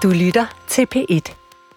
Du lytter til P1.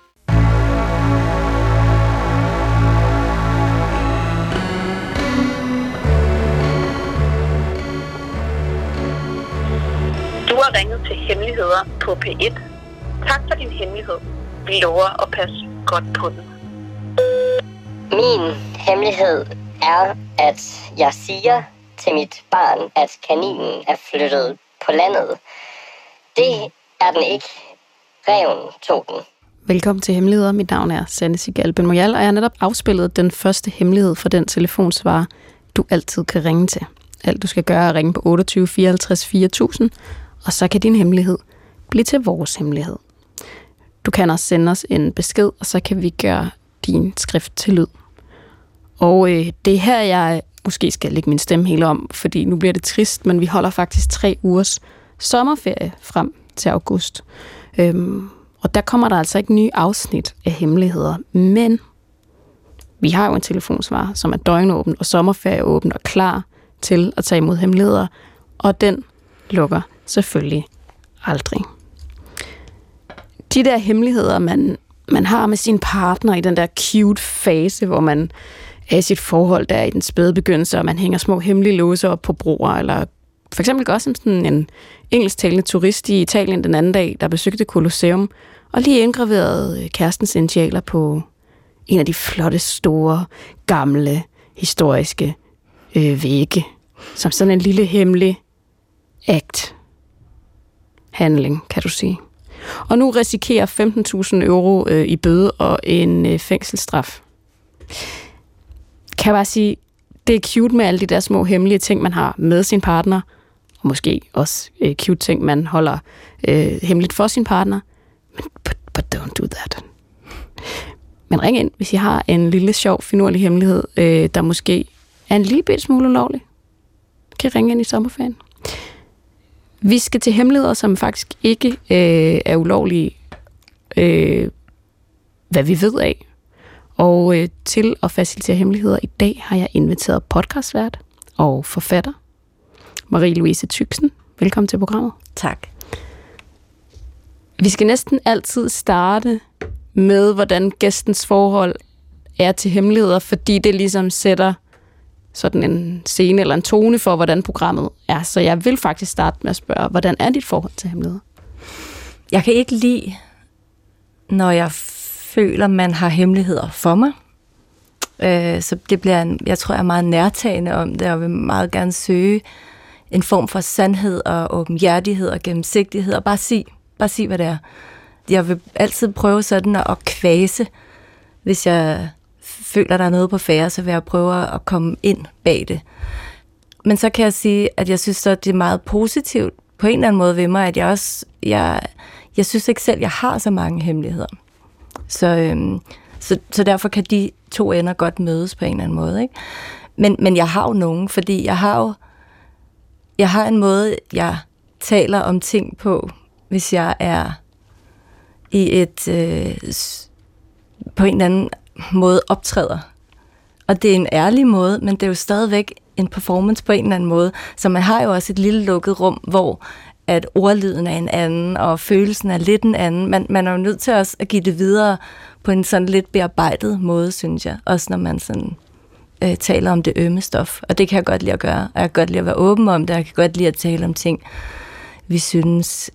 Du har ringet til Hemmeligheder på P1. Tak for din hemmelighed. Vi lover at passe godt på den. Min hemmelighed er, at jeg siger til mit barn, at kaninen er flyttet på landet. Det er den ikke. Ræven tog den. Velkommen til Hemmeligheder. Mit navn er Sanne Sigal Ben-Moyal, og jeg har netop afspillet den første hemmelighed for den telefonsvarer, du altid kan ringe til. Alt du skal gøre er at ringe på 28 54 4000, og så kan din hemmelighed blive til vores hemmelighed. Du kan også sende os en besked, og så kan vi gøre din skrift til lyd. Og det er her, jeg måske skal lægge min stemme helt om, fordi nu bliver det trist, men vi holder faktisk 3 ugers sommerferie frem til august. Og der kommer der altså ikke nye afsnit af hemmeligheder, men vi har jo en telefonsvarer, som er døgnåben og sommerferieåben og klar til at tage imod hemmeligheder, og den lukker selvfølgelig aldrig. De der hemmeligheder, man har med sin partner i den der cute fase, hvor man er i sit forhold, der er i den spæde begyndelse, og man hænger små hemmelige låser op på broer, eller for eksempel gør som sådan en engelsktalende turist i Italien den anden dag, der besøgte Colosseum, og lige indgraverede kærestens initialer på en af de flotte, store, gamle, historiske vægge, som sådan en lille hemmelig handling, kan du sige. Og nu risikerer 15.000 euro i bøde og en fængselsstraf. Kan jeg bare sige, det er cute med alle de der små hemmelige ting, man har med sin partner, og måske også cute ting, man holder hemmeligt for sin partner. Men but don't do that. Men ring ind, hvis I har en lille, sjov, finurlig hemmelighed, der måske er en lille bitte smule ulovlig. Kan ringe ind i sommerferien. Vi skal til hemmeligheder, som faktisk ikke er ulovlige, hvad vi ved af. Og til at facilitere hemmeligheder i dag har jeg inviteret podcastvært og forfatter Marie-Louise Tüxen. Velkommen til programmet. Tak. Vi skal næsten altid starte med, hvordan gæstens forhold er til hemmeligheder, fordi det ligesom sætter sådan en scene eller en tone for, hvordan programmet er. Så jeg vil faktisk starte med at spørge, hvordan er dit forhold til hemmeligheder? Jeg kan ikke lide, når jeg føler, man har hemmeligheder for mig. Så det bliver jeg tror, jeg er meget nærtagende om det, og vil meget gerne søge en form for sandhed og åbenhjertighed og gennemsigtighed, og bare sig, hvad det er. Jeg vil altid prøve sådan at kvase, hvis jeg føler, der er noget på færde, så vil jeg prøve at komme ind bag det. Men så kan jeg sige, at jeg synes, at det er meget positivt på en eller anden måde ved mig, at jeg synes ikke selv, jeg har så mange hemmeligheder. Så derfor kan de to ender godt mødes på en eller anden måde, ikke? Men jeg har jo nogen, fordi jeg har en måde, jeg taler om ting på, hvis jeg er i et på en eller anden måde optræder. Og det er en ærlig måde, men det er jo stadigvæk en performance på en eller anden måde. Så man har jo også et lille lukket rum, hvor at ordlyden er en anden, og følelsen er lidt en anden. Man er jo nødt til også at give det videre på en sådan lidt bearbejdet måde, synes jeg. Også når man sådan taler om det ømme stof. Og det kan jeg godt lide at gøre. Og jeg kan godt lide at være åben om det, og jeg kan godt lide at tale om ting, vi synes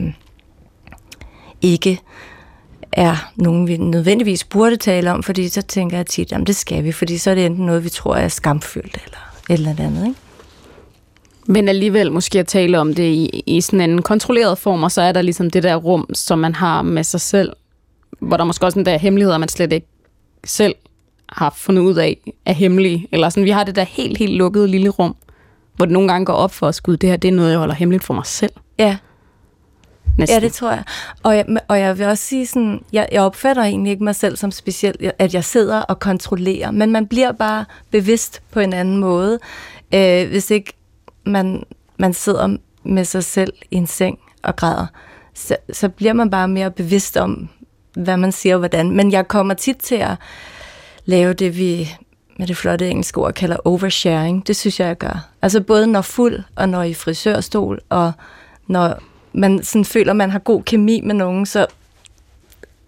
ikke er nogen, vi nødvendigvis burde tale om, fordi så tænker jeg tit, jamen det skal vi, fordi så er det enten noget, vi tror er skamfyldt, eller et eller andet, ikke? Men alligevel måske at tale om det i sådan en kontrolleret form, og så er der ligesom det der rum, som man har med sig selv, hvor der måske også en der hemmeligheder, man slet ikke selv har fundet ud af, er hemmelige. Eller sådan, vi har det der helt, helt lukkede lille rum, hvor det nogle gange går op for os, gud, det her, det er noget, jeg holder hemmeligt for mig selv. Ja. Næsten. Ja, det tror jeg. Og jeg vil også sige sådan, jeg opfatter egentlig ikke mig selv som specielt, at jeg sidder og kontrollerer, men man bliver bare bevidst på en anden måde, hvis ikke man sidder med sig selv i en seng og græder, så bliver man bare mere bevidst om, hvad man siger og hvordan. Men jeg kommer tit til at lave det, vi med det flotte engelske ord kalder oversharing. Det synes jeg gør. Altså både når fuld, og når i frisørstol, og når man sådan føler, man har god kemi med nogen, så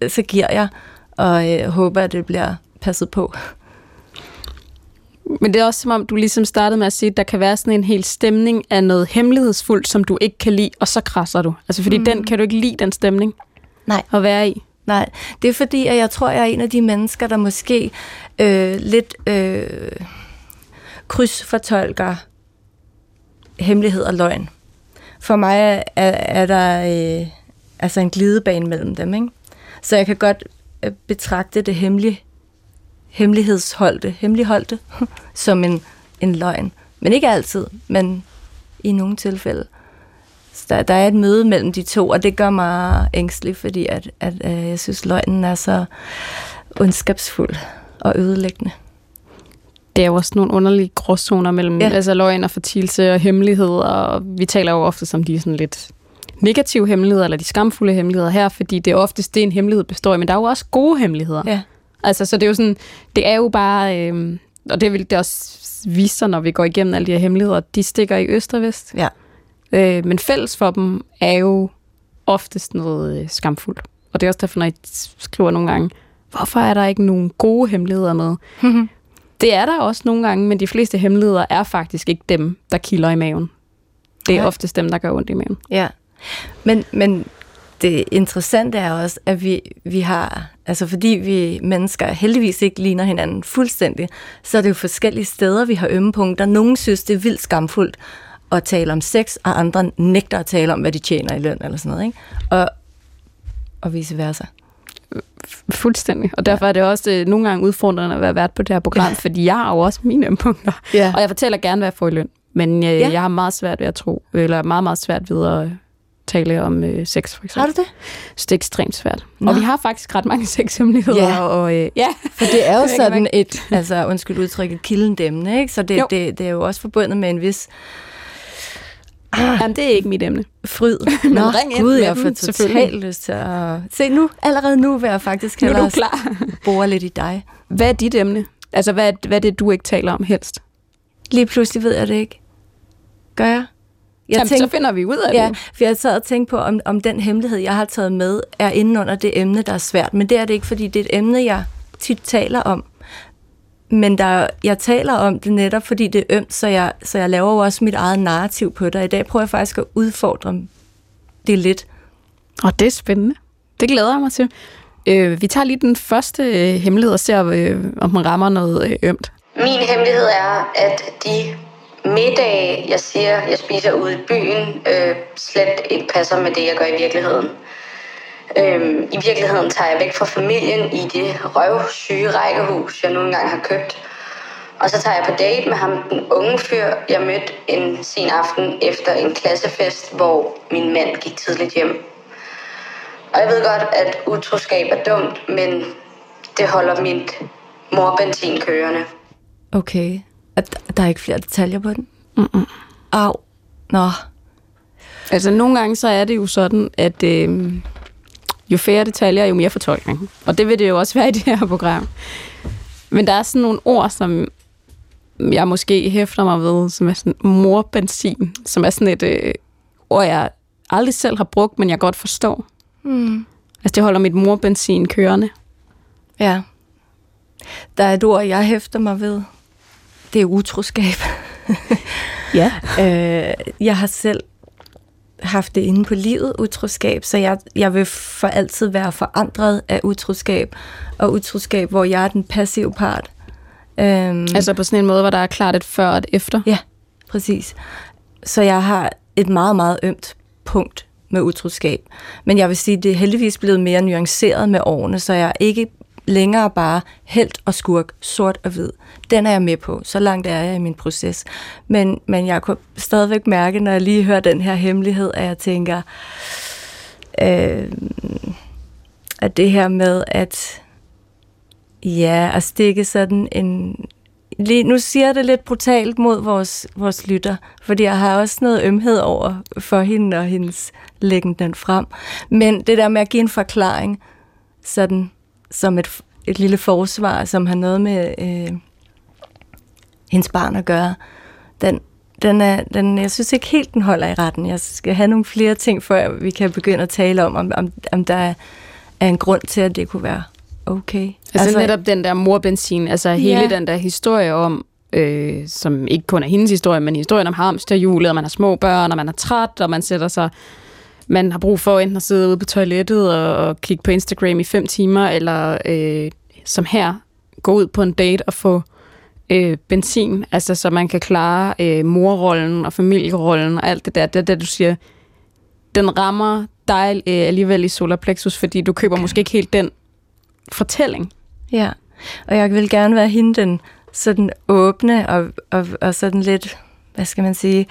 så giver jeg, og håber, at det bliver passet på. Men det er også som om, du ligesom startede med at sige, at der kan være sådan en hel stemning af noget hemmelighedsfuldt, som du ikke kan lide, og så krasser du. Altså fordi den kan du ikke lide, den stemning at være i. Nej, det er fordi, at jeg tror, jeg er en af de mennesker, der måske lidt krydsfortolker hemmelighed og løgn. For mig er der altså en glidebane mellem dem, ikke? Så jeg kan godt betragte det hemmeligholdt som en løgn. Men ikke altid, men i nogle tilfælde. Så der er et møde mellem de to, og det gør mig ængstelig, fordi at jeg synes, løgnen er så ondskabsfuld og ødelæggende. Det er jo også nogle underlige gråzoner mellem altså løgn og fortielse og hemmelighed, og vi taler jo ofte som de sådan lidt negative hemmeligheder, eller de skamfulde hemmeligheder her, fordi det er oftest det, en hemmelighed består i, men der er jo også gode hemmeligheder. Ja. Altså, så det er jo sådan, det er jo bare, og det vil det også vise sig, når vi går igennem alle de her hemmeligheder, de stikker i øst og vest. Ja. Men fælles for dem er jo oftest noget skamfuldt. Og det er også derfor, når jeg skriver nogle gange, hvorfor er der ikke nogen gode hemmeligheder med? Det er der også nogle gange, men de fleste hemmeligheder er faktisk ikke dem, der kilder i maven. Det er oftest dem, der gør ondt i maven. Ja, men det interessante er også, at vi har, altså fordi vi mennesker heldigvis ikke ligner hinanden fuldstændig, så er det jo forskellige steder, vi har ømme punkter. Nogle synes, det er vildt skamfuldt at tale om sex, og andre nægter at tale om, hvad de tjener i løn eller sådan noget, ikke? Og vice versa. Fuldstændig. Og derfor er det også nogle gange udfordrende at være vært på det her program, fordi jeg har jo også mine ømpunkter. Og jeg fortæller gerne, hvad jeg får i løn. Men jeg har meget svært ved at tro, eller meget, meget svært ved at tale om sex, for eksempel. Har du det? Så det er ekstremt svært. Og vi har faktisk ret mange sexhemmeligheder. For det er jo sådan et, altså undskyld udtrykket, kildendæmmende, ikke? Så det er jo også forbundet med en vis... Jamen, det er ikke mit emne. Fryd. Nå, Gud, jeg får totalt lyst til at... Se nu, allerede nu vil jeg faktisk hellere bore lidt i dig. Hvad er dit emne? Altså, hvad er det, du ikke taler om helst? Lige pludselig ved jeg det ikke. Gør jeg? Så finder vi ud af det. Ja, for jeg sad og tænkte på, om den hemmelighed, jeg har taget med, er inde under det emne, der er svært. Men det er det ikke, fordi det er et emne, jeg tit taler om. Men jeg taler om det netop, fordi det er ømt, så jeg laver jo også mit eget narrativ på det. Og i dag prøver jeg faktisk at udfordre det lidt. Og det er spændende. Det glæder jeg mig til. Vi tager lige den første hemmelighed og ser, om man rammer noget ømt. Min hemmelighed er, at de middage, jeg siger, jeg spiser ude i byen, slet ikke passer med det, jeg gør i virkeligheden. I virkeligheden tager jeg væk fra familien i det røvsyge rækkehus, jeg nu engang har købt. Og så tager jeg på date med ham, den unge fyr, jeg mødte en sen aften efter en klassefest, hvor min mand gik tidligt hjem. Og jeg ved godt, at utroskab er dumt, men det holder mit morbenzin kørende. Okay. Der er ikke flere detaljer på den? Au. Nå. Altså, nogle gange så er det jo sådan, at jo færre detaljer, jo mere fortolkning. Og det vil det jo også være i det her program. Men der er sådan nogle ord, som jeg måske hæfter mig ved, som er sådan morbenzin, som er sådan et ord, jeg aldrig selv har brugt, men jeg godt forstår. Altså, det holder mit morbenzin kørende. Ja. Der er et ord, jeg hæfter mig ved. Det er utroskab. Ja. Jeg har selv haft det inde på livet, utroskab, så jeg vil for altid være forandret af utroskab, og utroskab, hvor jeg er den passive part. Altså på sådan en måde, hvor der er klart et før og et efter? Ja, præcis. Så jeg har et meget, meget ømt punkt med utroskab. Men jeg vil sige, det er heldigvis blevet mere nuanceret med årene, så jeg er ikke længere bare helt og skurk, sort og hvid. Den er jeg med på. Så langt er jeg i min proces. Men jeg kunne stadigvæk mærke, når jeg lige hører den her hemmelighed, at jeg tænker, at det her med at stikke sådan en... Nu siger jeg det lidt brutalt mod vores lytter, fordi jeg har også noget ømhed over for hende og hendes læggen den frem. Men det der med at give en forklaring, sådan som et lille forsvar, som har noget med hendes barn at gøre, den, jeg synes ikke helt, den holder i retten. Jeg skal have nogle flere ting, før vi kan begynde at tale om der er en grund til, at det kunne være okay. Altså netop den der morbenzin, altså hele den der historie om, som ikke kun er hendes historie, men historien om hamsterhjulet, og man har små børn, og man er træt, og man sætter sig, man har brug for enten at sidde ude på toilettet og kigge på Instagram i 5 timer, eller som her, gå ud på en date og få benzin, altså så man kan klare morrollen og familierollen og alt det der. Det du siger, den rammer dig alligevel i solar plexus, fordi du køber måske ikke helt den fortælling. Ja, og jeg vil gerne være hende den sådan åbne og sådan lidt, hvad skal man sige,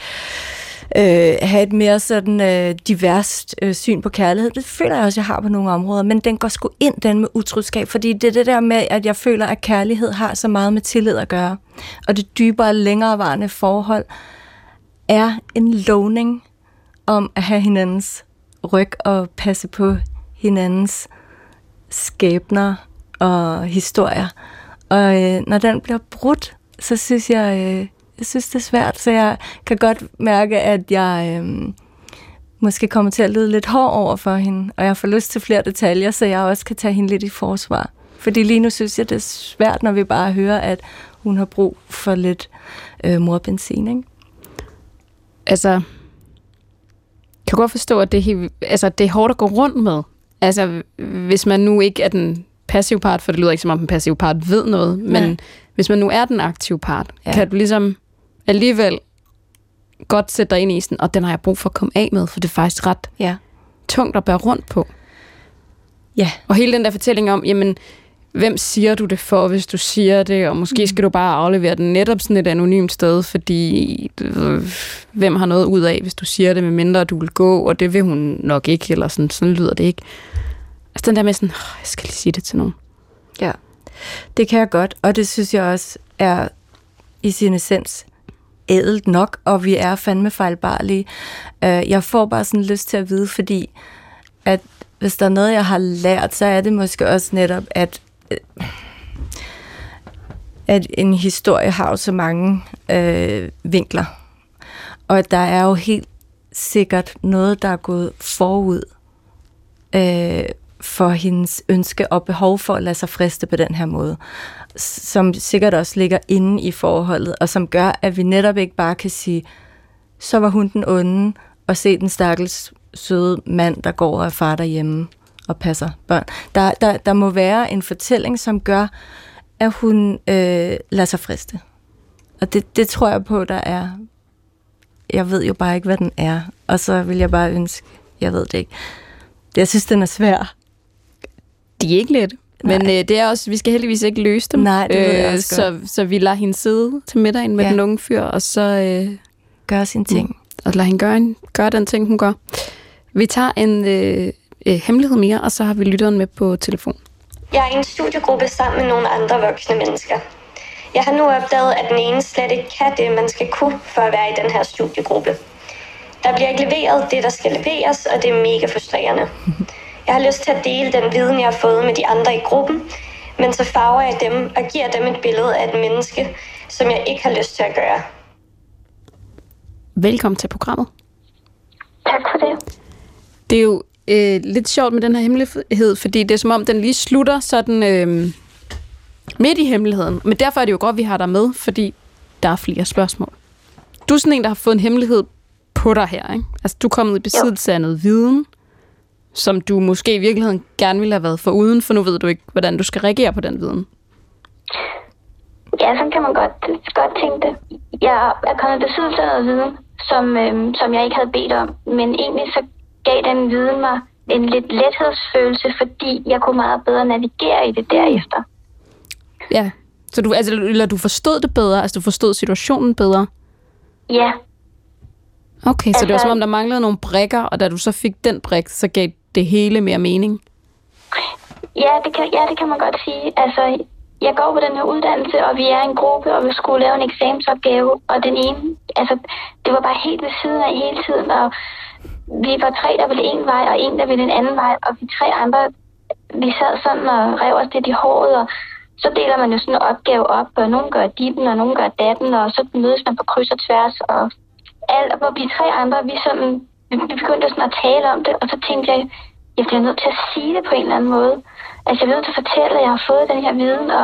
have et mere sådan diverst syn på kærlighed. Det føler jeg også, jeg har på nogle områder, men den går sgu ind, den med utroskab, fordi det er det der med, at jeg føler, at kærlighed har så meget med tillid at gøre. Og det dybere, længerevarende forhold er en lovning om at have hinandens ryg og passe på hinandens skæbner og historier. Og når den bliver brudt, så synes jeg synes, det er svært, så jeg kan godt mærke, at jeg måske kommer til at lyde lidt hård over for hende, og jeg får lyst til flere detaljer, så jeg også kan tage hende lidt i forsvar. Fordi lige nu synes jeg, det er svært, når vi bare hører, at hun har brug for lidt morbenzin, ikke? Altså, kan godt forstå, at det er hårdt at gå rundt med. Altså, hvis man nu ikke er den passive part, for det lyder ikke som om den passive part ved noget, men hvis man nu er den aktive part, kan du ligesom alligevel godt sætte dig ind i sådan, og den har jeg brug for at komme af med, for det er faktisk ret tungt at bære rundt på. Ja. Og hele den der fortælling om, jamen, hvem siger du det for, hvis du siger det, og måske skal du bare aflevere den netop sådan et anonymt sted, fordi hvem har noget ud af, hvis du siger det, med mindre du vil gå, og det vil hun nok ikke, eller sådan lyder det ikke. Altså den der med sådan, jeg skal lige sige det til nogen. Ja, det kan jeg godt, og det synes jeg også er i sin essens ædelt nok, og vi er fandme fejlbarlige. Jeg får bare sådan lyst til at vide, fordi at hvis der er noget, jeg har lært, så er det måske også netop, at en historie har så mange vinkler. Og at der er jo helt sikkert noget, der er gået forud for hendes ønske og behov for at lade sig friste på den her måde, som sikkert også ligger inde i forholdet, og som gør, at vi netop ikke bare kan sige, så var hun den onde, og se den stakkels søde mand, der går og er far derhjemme og passer børn. Der må være en fortælling, som gør, at hun lader sig friste. Og det tror jeg på, der er. Jeg ved jo bare ikke, hvad den er. Og så vil jeg bare ønske, jeg ved det ikke. Jeg synes, den er svær. De er ikke let. Men det er også, vi skal heldigvis ikke løse dem. Nej, det ved jeg også godt. Så vi lader hende sidde til middagen med den unge fyr, og så gøre sin ting. Og lade hende gøre den ting, hun gør. Vi tager en hemmelighed mere, og så har vi lytteren med på telefon. Jeg er i en studiegruppe sammen med nogle andre voksne mennesker. Jeg har nu opdaget, at den ene slet ikke kan det, man skal kunne for at være i den her studiegruppe. Der bliver ikke leveret det, der skal leveres, og det er mega frustrerende. Jeg har lyst til at dele den viden, jeg har fået med de andre i gruppen, men så farver jeg dem og giver dem et billede af et menneske, som jeg ikke har lyst til at gøre. Velkommen til programmet. Tak for det. Det er jo lidt sjovt med den her hemmelighed, fordi det er som om, den lige slutter sådan midt i hemmeligheden. Men derfor er det jo godt, at vi har dig med, fordi der er flere spørgsmål. Du er sådan en, der har fået en hemmelighed på dig her, ikke? Altså, du er kommet i besiddelse af noget viden, som du måske i virkeligheden gerne ville have været foruden, for nu ved du ikke, hvordan du skal reagere på den viden. Ja, sådan kan man godt tænke det. Jeg er kommet i besiddelse af noget viden, som jeg ikke havde bedt om, men egentlig så gav den viden mig en lidt lethedsfølelse, fordi jeg kunne meget bedre navigere i det derefter. Ja, så du forstod det bedre, altså du forstod situationen bedre? Ja. Okay, så det var som om, der manglede nogle brikker, og da du så fik den brik, så gav det hele mere mening? Ja, det kan man godt sige. Altså, jeg går på den her uddannelse, og vi er en gruppe, og vi skulle lave en eksamensopgave, og den ene, altså, det var bare helt ved siden af hele tiden, og vi var 3, der ville en vej, og en, der ville en anden vej, og vi 3 andre, vi sad sådan og rev os lidt i håret, og så deler man jo sådan en opgave op, og nogen gør ditten, og nogen gør datten, og så mødes man på kryds og tværs, og alt, hvor vi 3 andre, vi begyndte sådan at tale om det, og så tænkte jeg, jeg bliver nødt til at sige det på en eller anden måde. Altså, jeg bliver nødt til at fortælle, at jeg har fået den her viden, og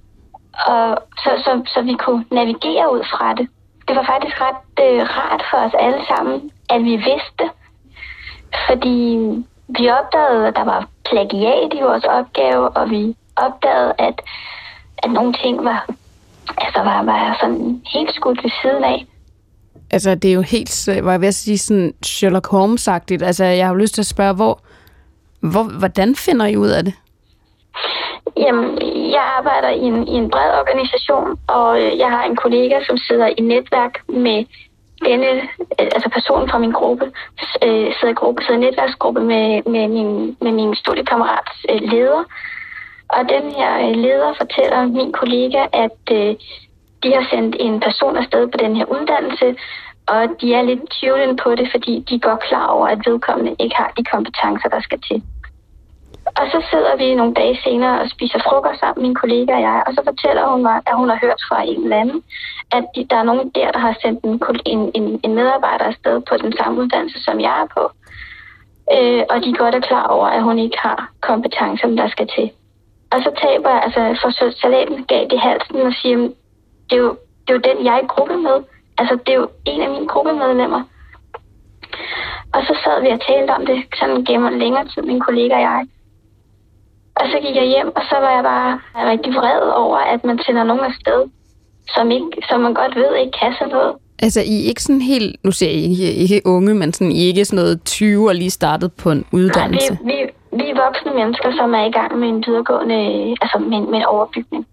så vi kunne navigere ud fra det. Det var faktisk ret rart for os alle sammen, at vi vidste. Fordi vi opdagede, at der var plagiat i vores opgave, og vi opdagede, at nogle ting var sådan helt skudt ved siden af. Altså, det er jo helt, hvad jeg vil sige, sådan Sherlock Holmes-agtigt. Altså, jeg har lyst til at spørge, hvordan finder I ud af det? Jamen, jeg arbejder i en bred organisation, og jeg har en kollega, som sidder i netværk med denne, altså personen fra min gruppe, sidder i netværksgruppe med min studiekammerats leder. Og den her leder fortæller min kollega, at de har sendt en person afsted på den her uddannelse, og de er lidt tvivlende på det, fordi de går klar over, at vedkommende ikke har de kompetencer, der skal til. Og så sidder vi nogle dage senere og spiser frokost sammen, min kollega og jeg, og så fortæller hun mig, at hun har hørt fra en eller anden, at der er nogen der har sendt en medarbejder afsted på den samme uddannelse, som jeg er på. Og de godt er klar over, at hun ikke har kompetencer, der skal til. Og så taber jeg, for salaten galt i halsen og siger, det er jo den, jeg er i gruppe med. Altså, det er jo en af mine gruppemedlemmer. Og så sad vi og talte om det sådan gennem længere tid, min kollega og jeg. Og så gik jeg hjem, og så var jeg bare rigtig vred over, at man sender nogen afsted, som man godt ved ikke kan sådan noget. Altså, I er ikke sådan helt, nu siger I ikke unge, men sådan, I er ikke sådan noget 20 og lige startet på en uddannelse? Nej, vi er voksne mennesker, som er i gang med en videregående, altså med en overbygning.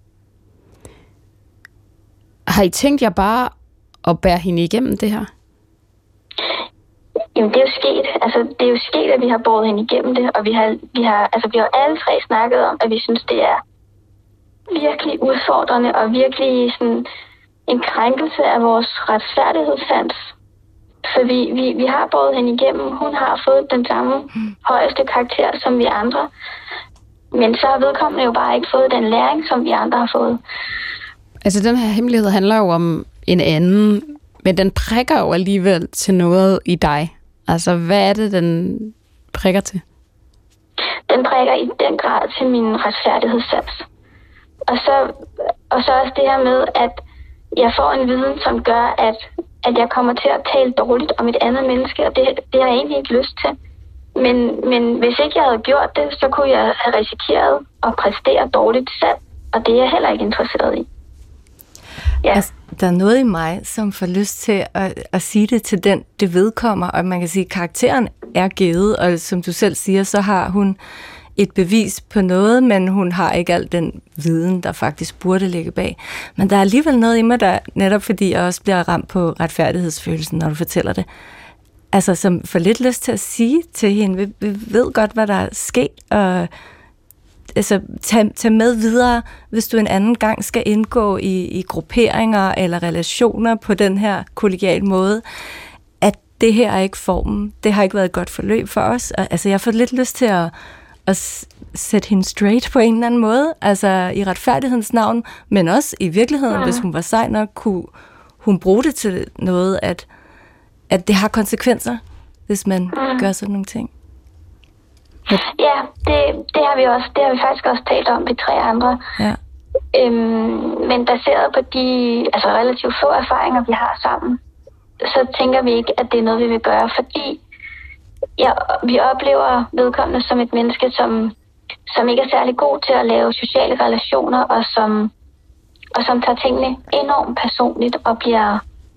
Har I tænkt jer bare at bære hende igennem det her? Jamen, det er jo sket. Altså, det er jo sket, at vi har båret hende igennem det, og vi har alle tre snakket om, at vi synes, det er virkelig udfordrende og virkelig sådan en krænkelse af vores retfærdighedssans. Så vi har båret hende igennem. Hun har fået den samme højeste karakter som vi andre. Men så har vedkommende jo bare ikke fået den læring, som vi andre har fået. Altså, den her hemmelighed handler jo om en anden, men den prikker jo alligevel til noget i dig. Altså, hvad er det, den prikker til? Den prikker i den grad til min retfærdighedssans. Og så også det her med, at jeg får en viden, som gør, at jeg kommer til at tale dårligt om et andet menneske, og det har jeg egentlig ikke lyst til. Men hvis ikke jeg havde gjort det, så kunne jeg have risikeret at præstere dårligt selv, og det er jeg heller ikke interesseret i. Ja. Altså, der er noget i mig, som får lyst til at sige det til den, det vedkommer, og man kan sige, at karakteren er givet, og som du selv siger, så har hun et bevis på noget, men hun har ikke al den viden, der faktisk burde ligge bag. Men der er alligevel noget i mig, der netop fordi jeg også bliver ramt på retfærdighedsfølelsen, når du fortæller det, altså som får lidt lyst til at sige til hende, vi ved godt, hvad der er sket, og altså, tag med videre, hvis du en anden gang skal indgå i grupperinger eller relationer på den her kollegial måde, at det her er ikke formen. Det har ikke været et godt forløb for os. Altså, jeg får lidt lyst til at sætte hende straight på en eller anden måde, altså i retfærdighedens navn, men også i virkeligheden, hvis hun var sej nok, kunne hun bruge det til noget, at det har konsekvenser, hvis man gør sådan nogle ting. Ja, det har vi også. Det har vi faktisk også talt om ved 3 andre. Ja. Men baseret på de relativt få erfaringer, vi har sammen, så tænker vi ikke, at det er noget, vi vil gøre, fordi vi oplever vedkommende som et menneske, som ikke er særlig god til at lave sociale relationer, og som tager tingene enormt personligt og bliver,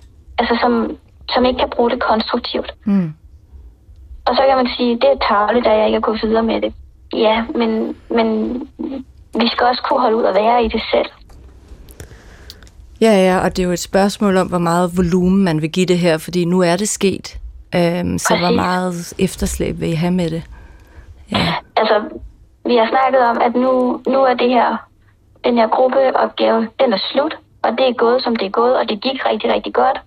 som ikke kan bruge det konstruktivt. Mm. Og så kan man sige, det er tarveligt, at jeg ikke er gået videre med det. Ja, men vi skal også kunne holde ud og være i det selv. Ja, og det er jo et spørgsmål om, hvor meget volumen man vil give det her, fordi nu er det sket. Så hvor meget efterslæb vil I have med det? Ja. Altså, vi har snakket om, at nu er den her gruppeopgave, den er slut, og det er gået, som det er gået, og det gik rigtig, rigtig godt.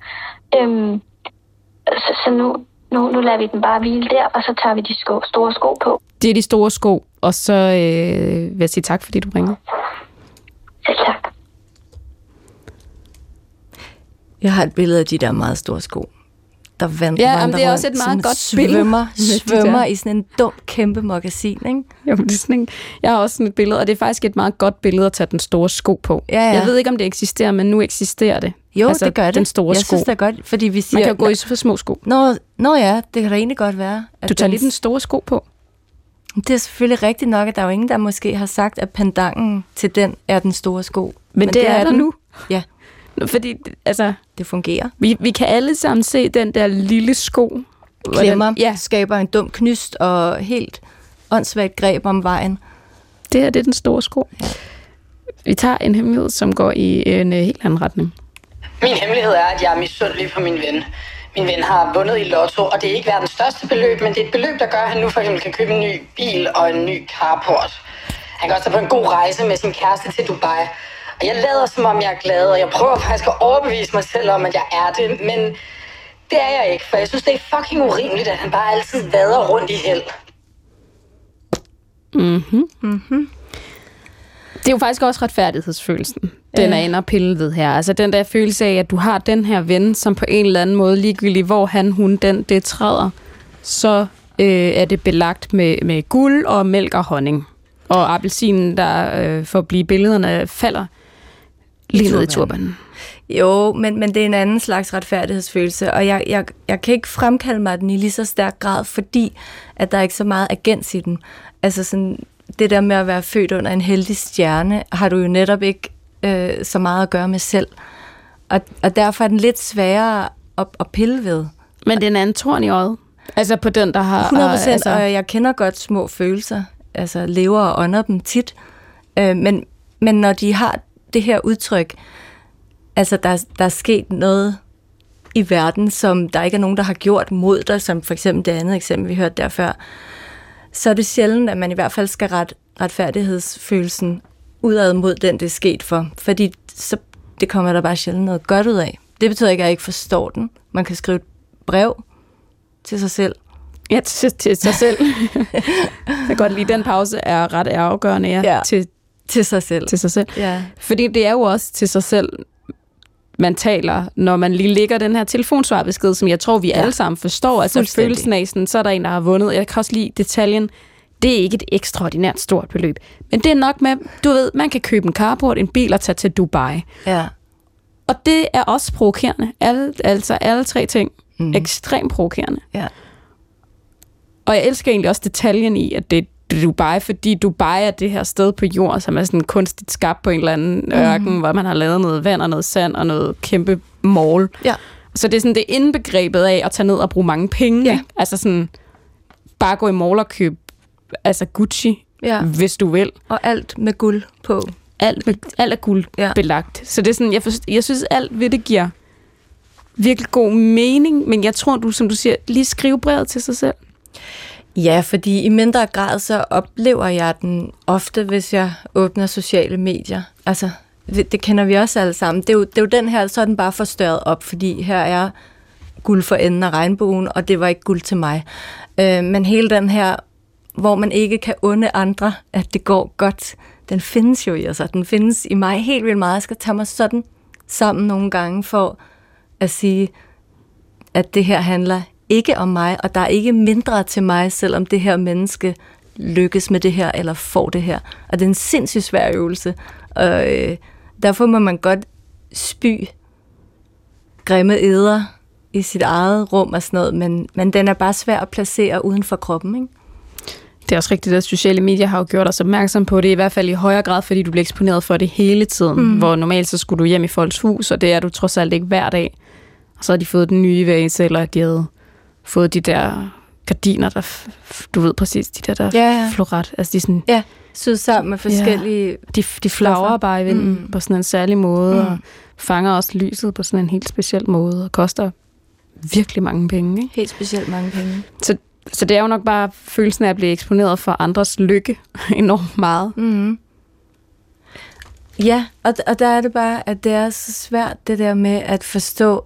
Så nu lader vi den bare hvile der, og så tager vi de store sko på. Det er de store sko, og så vil jeg sige tak, fordi du ringede. Selv tak. Jeg har et billede af de der meget store sko. vandrer det er også et meget godt billede. Svømmer i sådan en dum, kæmpe magasin, ikke? Jo, det er sådan jeg har også sådan et billede, og det er faktisk et meget godt billede at tage den store sko på. Ja. Jeg ved ikke, om det eksisterer, men nu eksisterer det. Jo, det gør det. Den store sko. Jeg synes, det er godt, fordi vi siger... Man kan jo gå i for små sko. Nå ja, det kan da egentlig godt være. Du tager lige den store sko på. Det er selvfølgelig rigtigt nok, at der er jo ingen, der måske har sagt, at pendanten til den er den store sko. Men det er der nu. Ja. Fordi, altså... Det fungerer. Vi kan alle sammen se den der lille sko. Klemmer, skaber en dum knyst og helt åndssvagt greb om vejen. Det her, det er den store sko. Ja. Vi tager en hemmelighed, som går i en helt anden retning. Min hemmelighed er, at jeg er misundelig på min ven. Min ven har vundet i lotto, og det er ikke verdens største beløb, men det er et beløb, der gør, at han nu for eksempel kan købe en ny bil og en ny carport. Han kan også tage på en god rejse med sin kæreste til Dubai. Og jeg lader, som om jeg er glad, og jeg prøver faktisk at overbevise mig selv om, at jeg er det, men det er jeg ikke, for jeg synes, det er fucking urimeligt, at han bare altid vader rundt i held. Det er jo faktisk også retfærdighedsfølelsen, den er inde og pille ved her. Altså den der følelse af, at du har den her ven, som på en eller anden måde, ligegyldigt hvor han, hun, det træder, så er det belagt med guld og mælk og honning. Og appelsinen, der for at blive billederne, falder lige ned i turbanen. Jo, men det er en anden slags retfærdighedsfølelse, og jeg kan ikke fremkalde mig den i lige så stærk grad, fordi at der er ikke så meget agens i den. Altså sådan, det der med at være født under en heldig stjerne, har du jo netop ikke så meget at gøre med selv. Og derfor er den lidt sværere at pille ved. Men det er en anden torn i øjet. Altså på den, der har... 100%, altså... og jeg kender godt små følelser. Altså lever og ånder dem tit. Men når de har det her udtryk, altså der er sket noget i verden, som der ikke er nogen, der har gjort mod dig, som for eksempel det andet eksempel, vi hørte der før, så er det sjældent, at man i hvert fald skal retfærdighedsfølelsen udad mod den, det er sket for. Fordi så, det kommer der bare sjældent noget godt ud af. Det betyder ikke, at jeg ikke forstår den. Man kan skrive et brev til sig selv. Ja, til sig selv. Jeg kan godt lide, den pause er ret afgørende, ja. Til sig selv. Til sig selv. Ja. Fordi det er jo også til sig selv, man taler, når man lige lægger den her telefonsvarbesked, som jeg tror, vi alle sammen forstår. Altså følelsen af sådan, så er der en, der har vundet. Jeg kan også lide detaljen. Det er ikke et ekstraordinært stort beløb. Men det er nok med, du ved, man kan købe en carport, en bil og tage til Dubai. Ja. Og det er også provokerende. Alle tre ting. Ekstremt provokerende. Ja. Og jeg elsker egentlig også detaljen i, at det er Dubai, fordi Dubai er det her sted på jorden, som er sådan kunstigt skabt på en eller anden ørken, hvor man har lavet noget vand og noget sand og noget kæmpe mall. Ja. Så det er sådan det indbegrebet af at tage ned og bruge mange penge. Ja. Ikke? Altså sådan, bare gå i mall og købe altså Gucci, hvis du vil. Og alt med guld på. Alt er guld belagt. Så det er sådan, jeg synes, alt ved det giver virkelig god mening, men jeg tror, du, som du siger, lige skrive brevet til sig selv. Ja, fordi i mindre grad, så oplever jeg den ofte, hvis jeg åbner sociale medier. Altså, det kender vi også alle sammen. Det er jo den her, så er den bare forstørret op, fordi her er guld for enden af regnbuen, og det var ikke guld til mig. Men hele den her, hvor man ikke kan unde andre, at det går godt, den findes jo i os, og den findes i mig helt vildt meget. Jeg skal tage mig sådan sammen nogle gange for at sige, at det her handler ikke om mig, og der er ikke mindre til mig, selvom det her menneske lykkes med det her, eller får det her. Og det er en sindssygt svær øvelse. Og derfor må man godt spy grimme eder i sit eget rum og sådan noget, men den er bare svær at placere uden for kroppen, ikke? Det er også rigtigt, at sociale medier har jo gjort os opmærksom på det, i hvert fald i højere grad, fordi du bliver eksponeret for det hele tiden, hvor normalt så skulle du hjem i folks hus, og det er du trods alt ikke hver dag. Og så har de fået den nye vase, eller de havde fået de der gardiner, der, du ved præcis, de der floret. Altså de sådan, syet sammen med forskellige... Ja, de flagrer bare i vinden på sådan en særlig måde, og fanger også lyset på sådan en helt speciel måde, og koster virkelig mange penge. Ikke? Helt specielt mange penge. Så det er jo nok bare følelsen af at blive eksponeret for andres lykke enormt meget. Mm. Ja, og der er det bare, at det er så svært, det der med at forstå,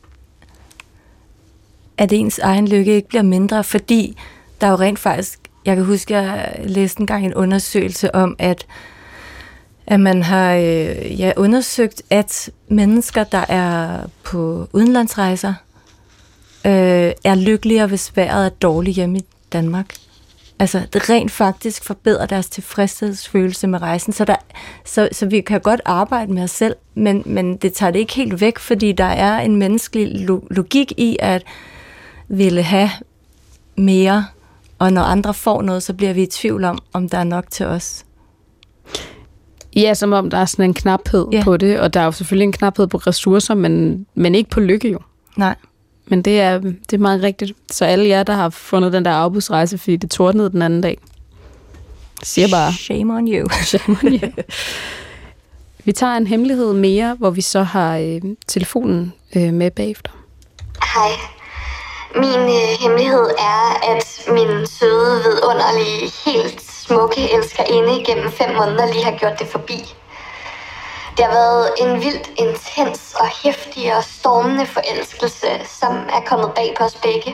at ens egen lykke ikke bliver mindre, fordi der er jo rent faktisk, jeg kan huske, jeg læste engang en undersøgelse om, at man har undersøgt, at mennesker, der er på udenlandsrejser, er lykkeligere, hvis vejret er dårligt hjemme i Danmark. Altså, det rent faktisk forbedrer deres tilfredshedsfølelse med rejsen, så vi kan godt arbejde med os selv, men det tager det ikke helt væk, fordi der er en menneskelig logik i at ville have mere, og når andre får noget, så bliver vi i tvivl om der er nok til os. Ja, som om der er sådan en knaphed på det, og der er jo selvfølgelig en knaphed på ressourcer, men ikke på lykke jo. Nej. Men det er meget rigtigt. Så alle jer, der har fundet den der afbudsrejse, fordi det tordnede den anden dag, siger bare... Shame on you. Shame on you. Vi tager en hemmelighed mere, hvor vi så har telefonen med bagefter. Hej. Min hemmelighed er, at min søde, vidunderlige, helt smukke elskerinde gennem 5 måneder lige har gjort det forbi. Det har været en vildt intens og heftig og stormende forelskelse, som er kommet bag på os begge.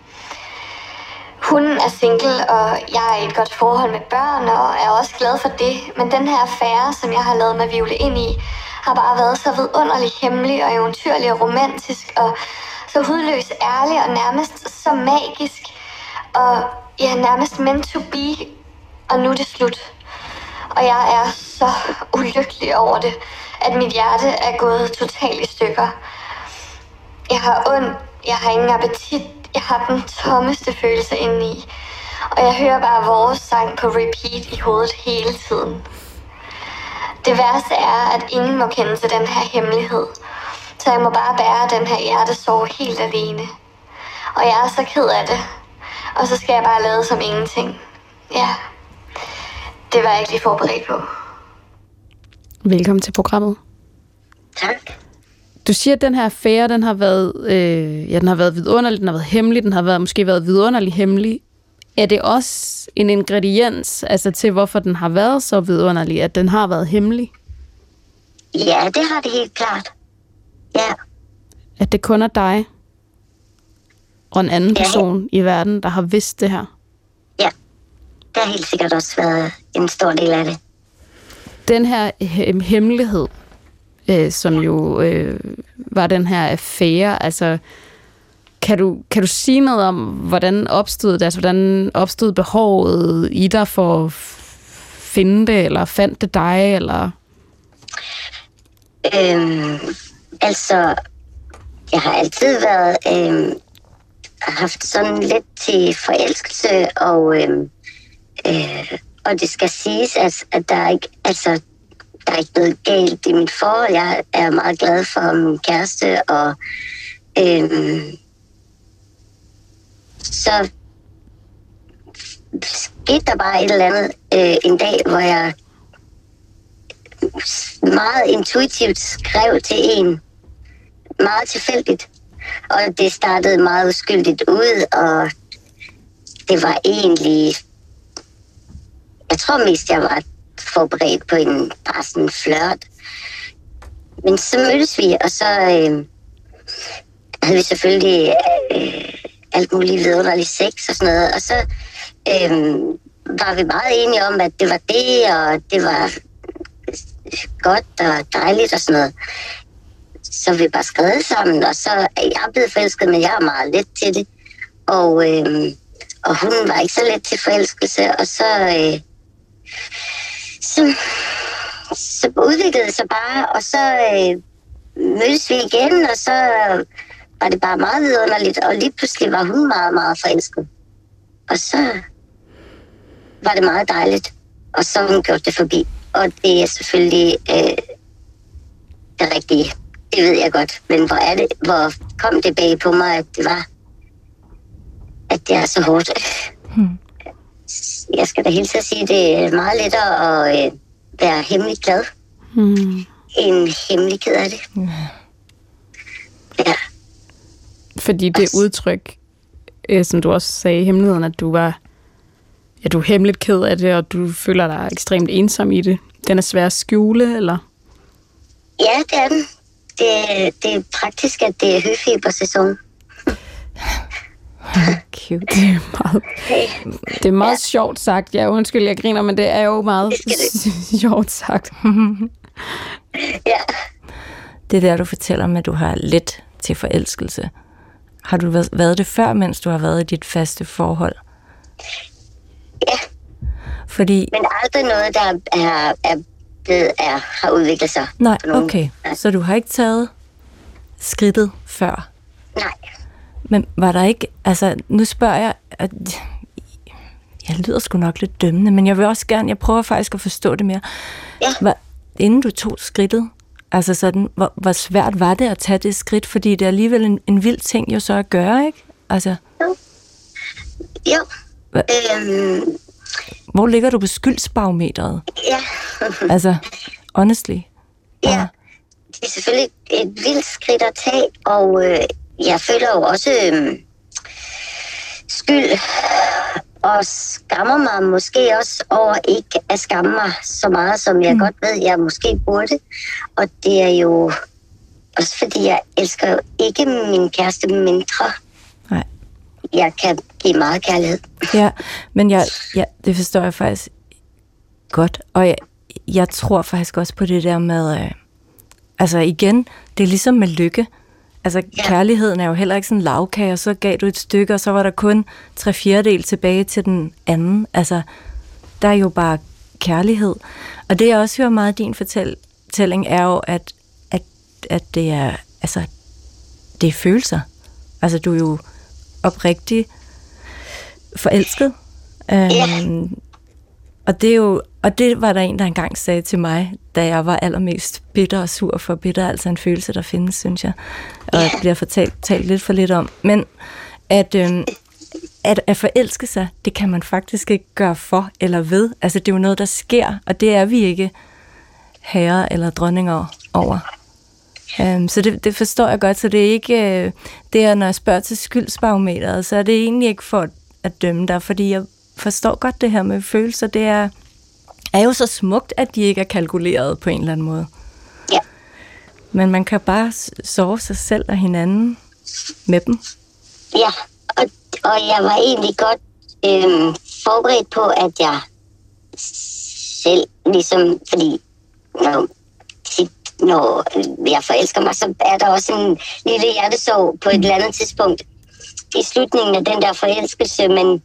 Hun er single, og jeg er i et godt forhold med børn, og er også glad for det. Men den her affære, som jeg har lavet mig hvirvle ind i, har bare været så vidunderlig hemmelig og eventyrlig og romantisk, og så hudløs ærlig og nærmest så magisk. Og ja, nærmest meant to be, og nu er det slut. Og jeg er så ulykkelig over det, at mit hjerte er gået totalt i stykker. Jeg har ondt, jeg har ingen appetit, jeg har den tommeste følelse indeni. Og jeg hører bare vores sang på repeat i hovedet hele tiden. Det værste er, at ingen må kende til den her hemmelighed. Så jeg må bare bære den her hjertesorg helt alene. Og jeg er så ked af det. Og så skal jeg bare lade som ingenting. Ja, det var jeg ikke lige forberedt på. Velkommen til programmet. Tak. Du siger, at den her affære, den har været, den har været vidunderlig, den har været hemmelig, den har måske været vidunderlig hemmelig. Er det også en ingrediens altså til, hvorfor den har været så vidunderlig, at den har været hemmelig? Ja, det har det helt klart. Ja. At det kun er dig og en anden person i verden, der har vidst det her? Ja, der har helt sikkert også været en stor del af det. Den her hemmelighed, som jo var den her affære, altså kan du sige noget om, hvordan opstod det, altså hvordan opstod behovet i dig for at finde det, eller fandt det dig, eller? Altså, jeg har altid været haft sådan lidt til forelskelse, og det skal siges, at der er ikke, altså, der er ikke noget galt i mit forhold. Jeg er meget glad for min kæreste, og så skete der bare et eller andet en dag, hvor jeg meget intuitivt skrev til en, meget tilfældigt. Og det startede meget uskyldigt ud, og det var egentlig... Jeg tror mest, jeg var forberedt på en bare sådan flirt. Men så mødtes vi, og så havde vi selvfølgelig alt muligt vidunderligt sex og sådan noget. Og så var vi meget enige om, at det var det, og det var godt og dejligt og sådan noget. Så vi bare skrevet sammen, og så er jeg blevet forelsket, men jeg er meget let til det. Og hun var ikke så let til forelskelse, og så udviklede det sig bare, og så mødtes vi igen, og så var det bare meget vidunderligt, og lige pludselig var hun meget, meget forelsket. Og så var det meget dejligt, og så har hun gjort det forbi. Og det er selvfølgelig det rigtige. Det ved jeg godt, men hvor kom det bag på mig, at det er så hårdt. Jeg skal da hele tiden sige, at det er meget lettere at være hemmelig glad, end hemmelig ked af det. Ja. Fordi det udtryk, som du også sagde i hemmeligheden, at du er hemmeligt ked af det, og du føler dig ekstremt ensom i det. Den er svær at skjule, eller? Ja, det er den. Det er praktisk, at det er høfebersæson. Cute. Det er meget sjovt sagt. Ja, undskyld, jeg griner, men det er jo meget sjovt sagt. Ja. Det der, du fortæller om, at du har let til forelskelse. Har du været det før, mens du har været i dit faste forhold? Ja. Fordi... Men aldrig noget, der har udviklet sig. Nej, okay. Så du har ikke taget skridtet før? Nej. Men var der ikke... Altså, nu spørger jeg... Jeg lyder sgu nok lidt dømmende, men jeg vil også gerne... Jeg prøver faktisk at forstå det mere. Ja. Inden du tog skridtet, altså sådan, hvor svært var det at tage det skridt? Fordi det er alligevel en vild ting jo så at gøre, ikke? Altså... Jo. Hvor ligger du på skyldsbarometeret? Ja. Altså, honestly. Ja. Det er selvfølgelig et vildt skridt at tage, og jeg føler jo også skyld og skammer mig måske også over ikke at skamme mig så meget, som jeg godt ved, jeg måske burde. Og det er jo også fordi, jeg elsker jo ikke min kæreste mindre. Nej. Jeg kan give meget kærlighed. Ja, men det forstår jeg faktisk godt. Og jeg tror faktisk også på det der med... altså igen, det er ligesom med lykke. Altså kærligheden er jo heller ikke sådan en lavkage, og så gav du et stykke, og så var der kun 3/4 tilbage til den anden. Altså, der er jo bare kærlighed. Og det jeg også hører meget i din fortælling, er jo, at det er, altså, det er følelser. Altså, du er jo oprigtigt forelsket. Og det er jo, og det var der en, der engang sagde til mig, da jeg var allermest bitter og sur, for bitter er altså en følelse, der findes, synes jeg. Og det bliver talt lidt for lidt om. Men at forelske sig, det kan man faktisk ikke gøre for eller ved. Altså det er jo noget, der sker, og det er vi ikke herrer eller dronninger over. Så det forstår jeg godt, så det er ikke, det er, når jeg spørger til skyldsbarometeret, så er det egentlig ikke for at dømme dig, fordi jeg forstår godt det her med følelser. Det er jo så smukt, at de ikke er kalkuleret på en eller anden måde. Ja. Men man kan bare sove sig selv og hinanden med dem. Ja, og jeg var egentlig godt forberedt på, at jeg selv ligesom, fordi når jeg forelsker mig, så er der også en lille hjertesorg på et eller andet tidspunkt i slutningen af den der forelskelse, men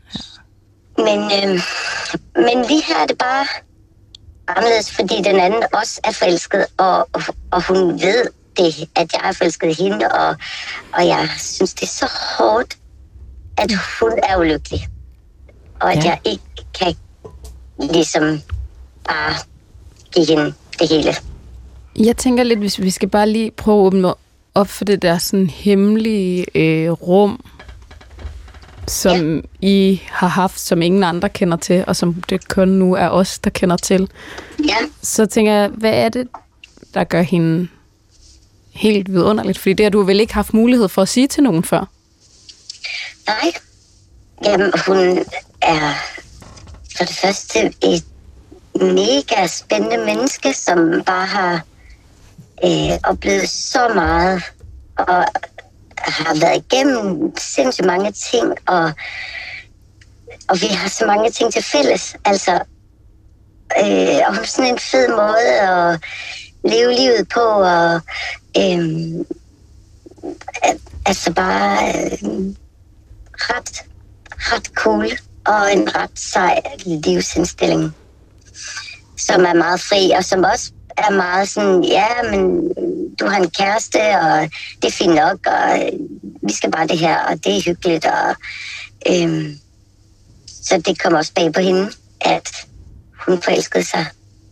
lige her er det bare anderledes, fordi den anden også er forelsket, og hun ved det, at jeg er forelsket hende, og jeg synes, det er så hårdt, at hun er ulykkelig, og at jeg ikke kan ligesom bare give hende det hele. Jeg tænker lidt, hvis vi skal bare lige prøve at åbne op for det der sådan hemmelige rum, som I har haft, som ingen andre kender til, og som det kun nu er os, der kender til. Ja. Så tænker jeg, hvad er det, der gør hende helt vidunderligt? Fordi det har du vel ikke haft mulighed for at sige til nogen før? Nej. Jamen, hun er for det første et mega spændende menneske, som bare har oplevet så meget, og har været igennem sindssygt mange ting, og vi har så mange ting til fælles. Altså, og hun er sådan en fed måde at leve livet på, og altså bare ret cool, og en ret sej livsindstilling, som er meget fri, og som også er meget sådan, ja, men du har en kæreste, og det er fint nok, og vi skal bare det her, og det er hyggeligt, og så det kom også bag på hende, at hun forelskede sig.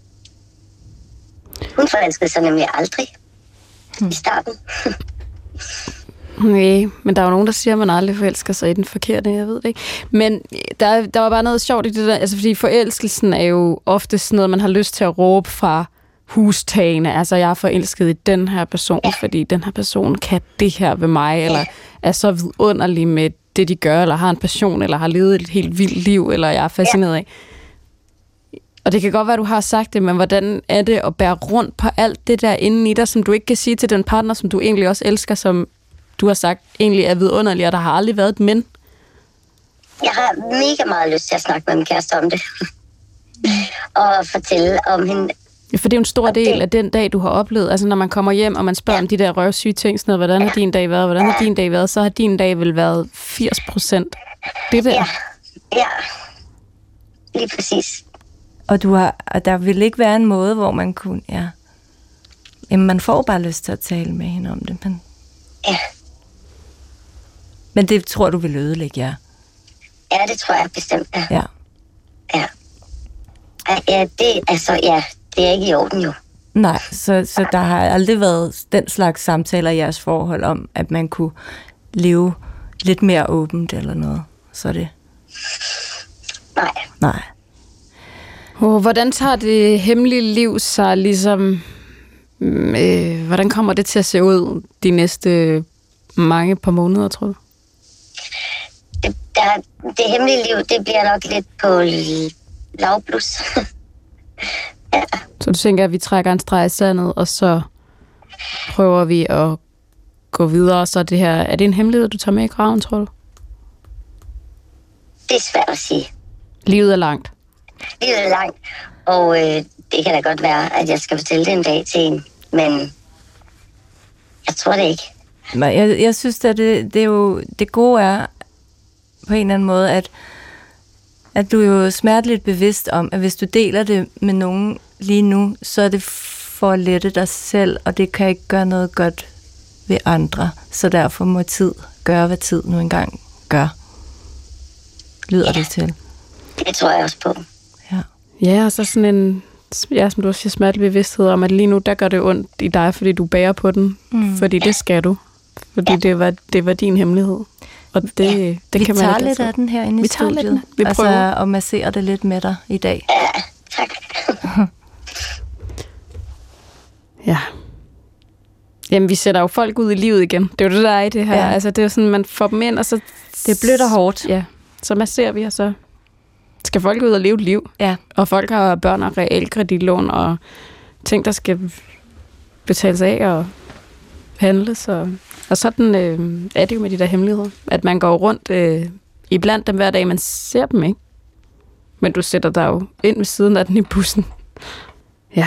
Hun forelskede sig nemlig aldrig i starten. Nej, men der er jo nogen, der siger, at man aldrig forelsker sig i den forkerte, jeg ved det ikke. Men der var bare noget sjovt i det der, altså fordi forelskelsen er jo ofte sådan noget, man har lyst til at råbe fra hustagene. Altså, jeg er forelsket i den her person, fordi den her person kan det her ved mig, eller er så vidunderlig med det, de gør, eller har en passion, eller har levet et helt vildt liv, eller jeg er fascineret af. Og det kan godt være, du har sagt det, men hvordan er det at bære rundt på alt det der inde i dig, som du ikke kan sige til den partner, som du egentlig også elsker, som du har sagt egentlig er vidunderlig, og der har aldrig været et men? Jeg har mega meget lyst til at snakke med min kæreste om det. Og fortælle om hende. Ja, for det er jo en stor del af den dag, du har oplevet. Altså når man kommer hjem, og man spørger om de der røvsyge ting, sådan noget, hvordan har din dag været, hvordan har din dag været, så har din dag vel været 80% det der. Ja, lige præcis. Og der vil ikke være en måde, hvor man kunne, jamen man får bare lyst til at tale med hende om det, men... Ja. Men det tror du vil ødelægge jer? Ja, det tror jeg bestemt, Ja. Ja, det er ikke i orden jo. Nej, så der har aldrig været den slags samtaler i jeres forhold om, at man kunne leve lidt mere åbent eller noget. Så det... Nej. Hvordan tager det hemmelige liv sig ligesom... hvordan kommer det til at se ud de næste mange par måneder, tror du? Det hemmelige liv, det bliver nok lidt på lavblus. Ja. Så du tænker, at vi trækker en streg i sandet, og så prøver vi at gå videre, så det her... Er det en hemmelighed, du tager med i graven, tror du? Det er svært at sige. Livet er langt. Livet er langt, og det kan da godt være, at jeg skal fortælle det en dag til en, men jeg tror det ikke. Jeg synes, at det er jo... Det gode er på en eller anden måde, at du er jo smerteligt bevidst om, at hvis du deler det med nogen lige nu, så er det for at lette dig selv, og det kan ikke gøre noget godt ved andre. Så derfor må tid gøre, hvad tid nu engang gør. Lyder det til? Det tror jeg også på. Ja, og så sådan en, som du også siger, smertelig bevidsthed om, at lige nu, der gør det ondt i dig, fordi du bærer på den. Fordi det skal du. Fordi det var din hemmelighed. Og det vi kan man tager lidt af den her inde i studiet. Vi prøver at massere det lidt med dig i dag. Ja, tak. Ja. Jamen, vi sætter jo folk ud i livet igen. Det er jo det, der er i det her. Altså, det er jo sådan, man får dem ind, og så... Det er blødt og hårdt. Ja, så masserer vi, og så skal folk ud og leve et liv. Ja. Og folk har børn og realkreditlån, og ting, der skal betales af og handles. Og sådan er det jo med de der hemmeligheder. At man går rundt iblandt dem hver dag, man ser dem, ikke? Men du sætter dig jo ind ved siden af den i bussen. Ja.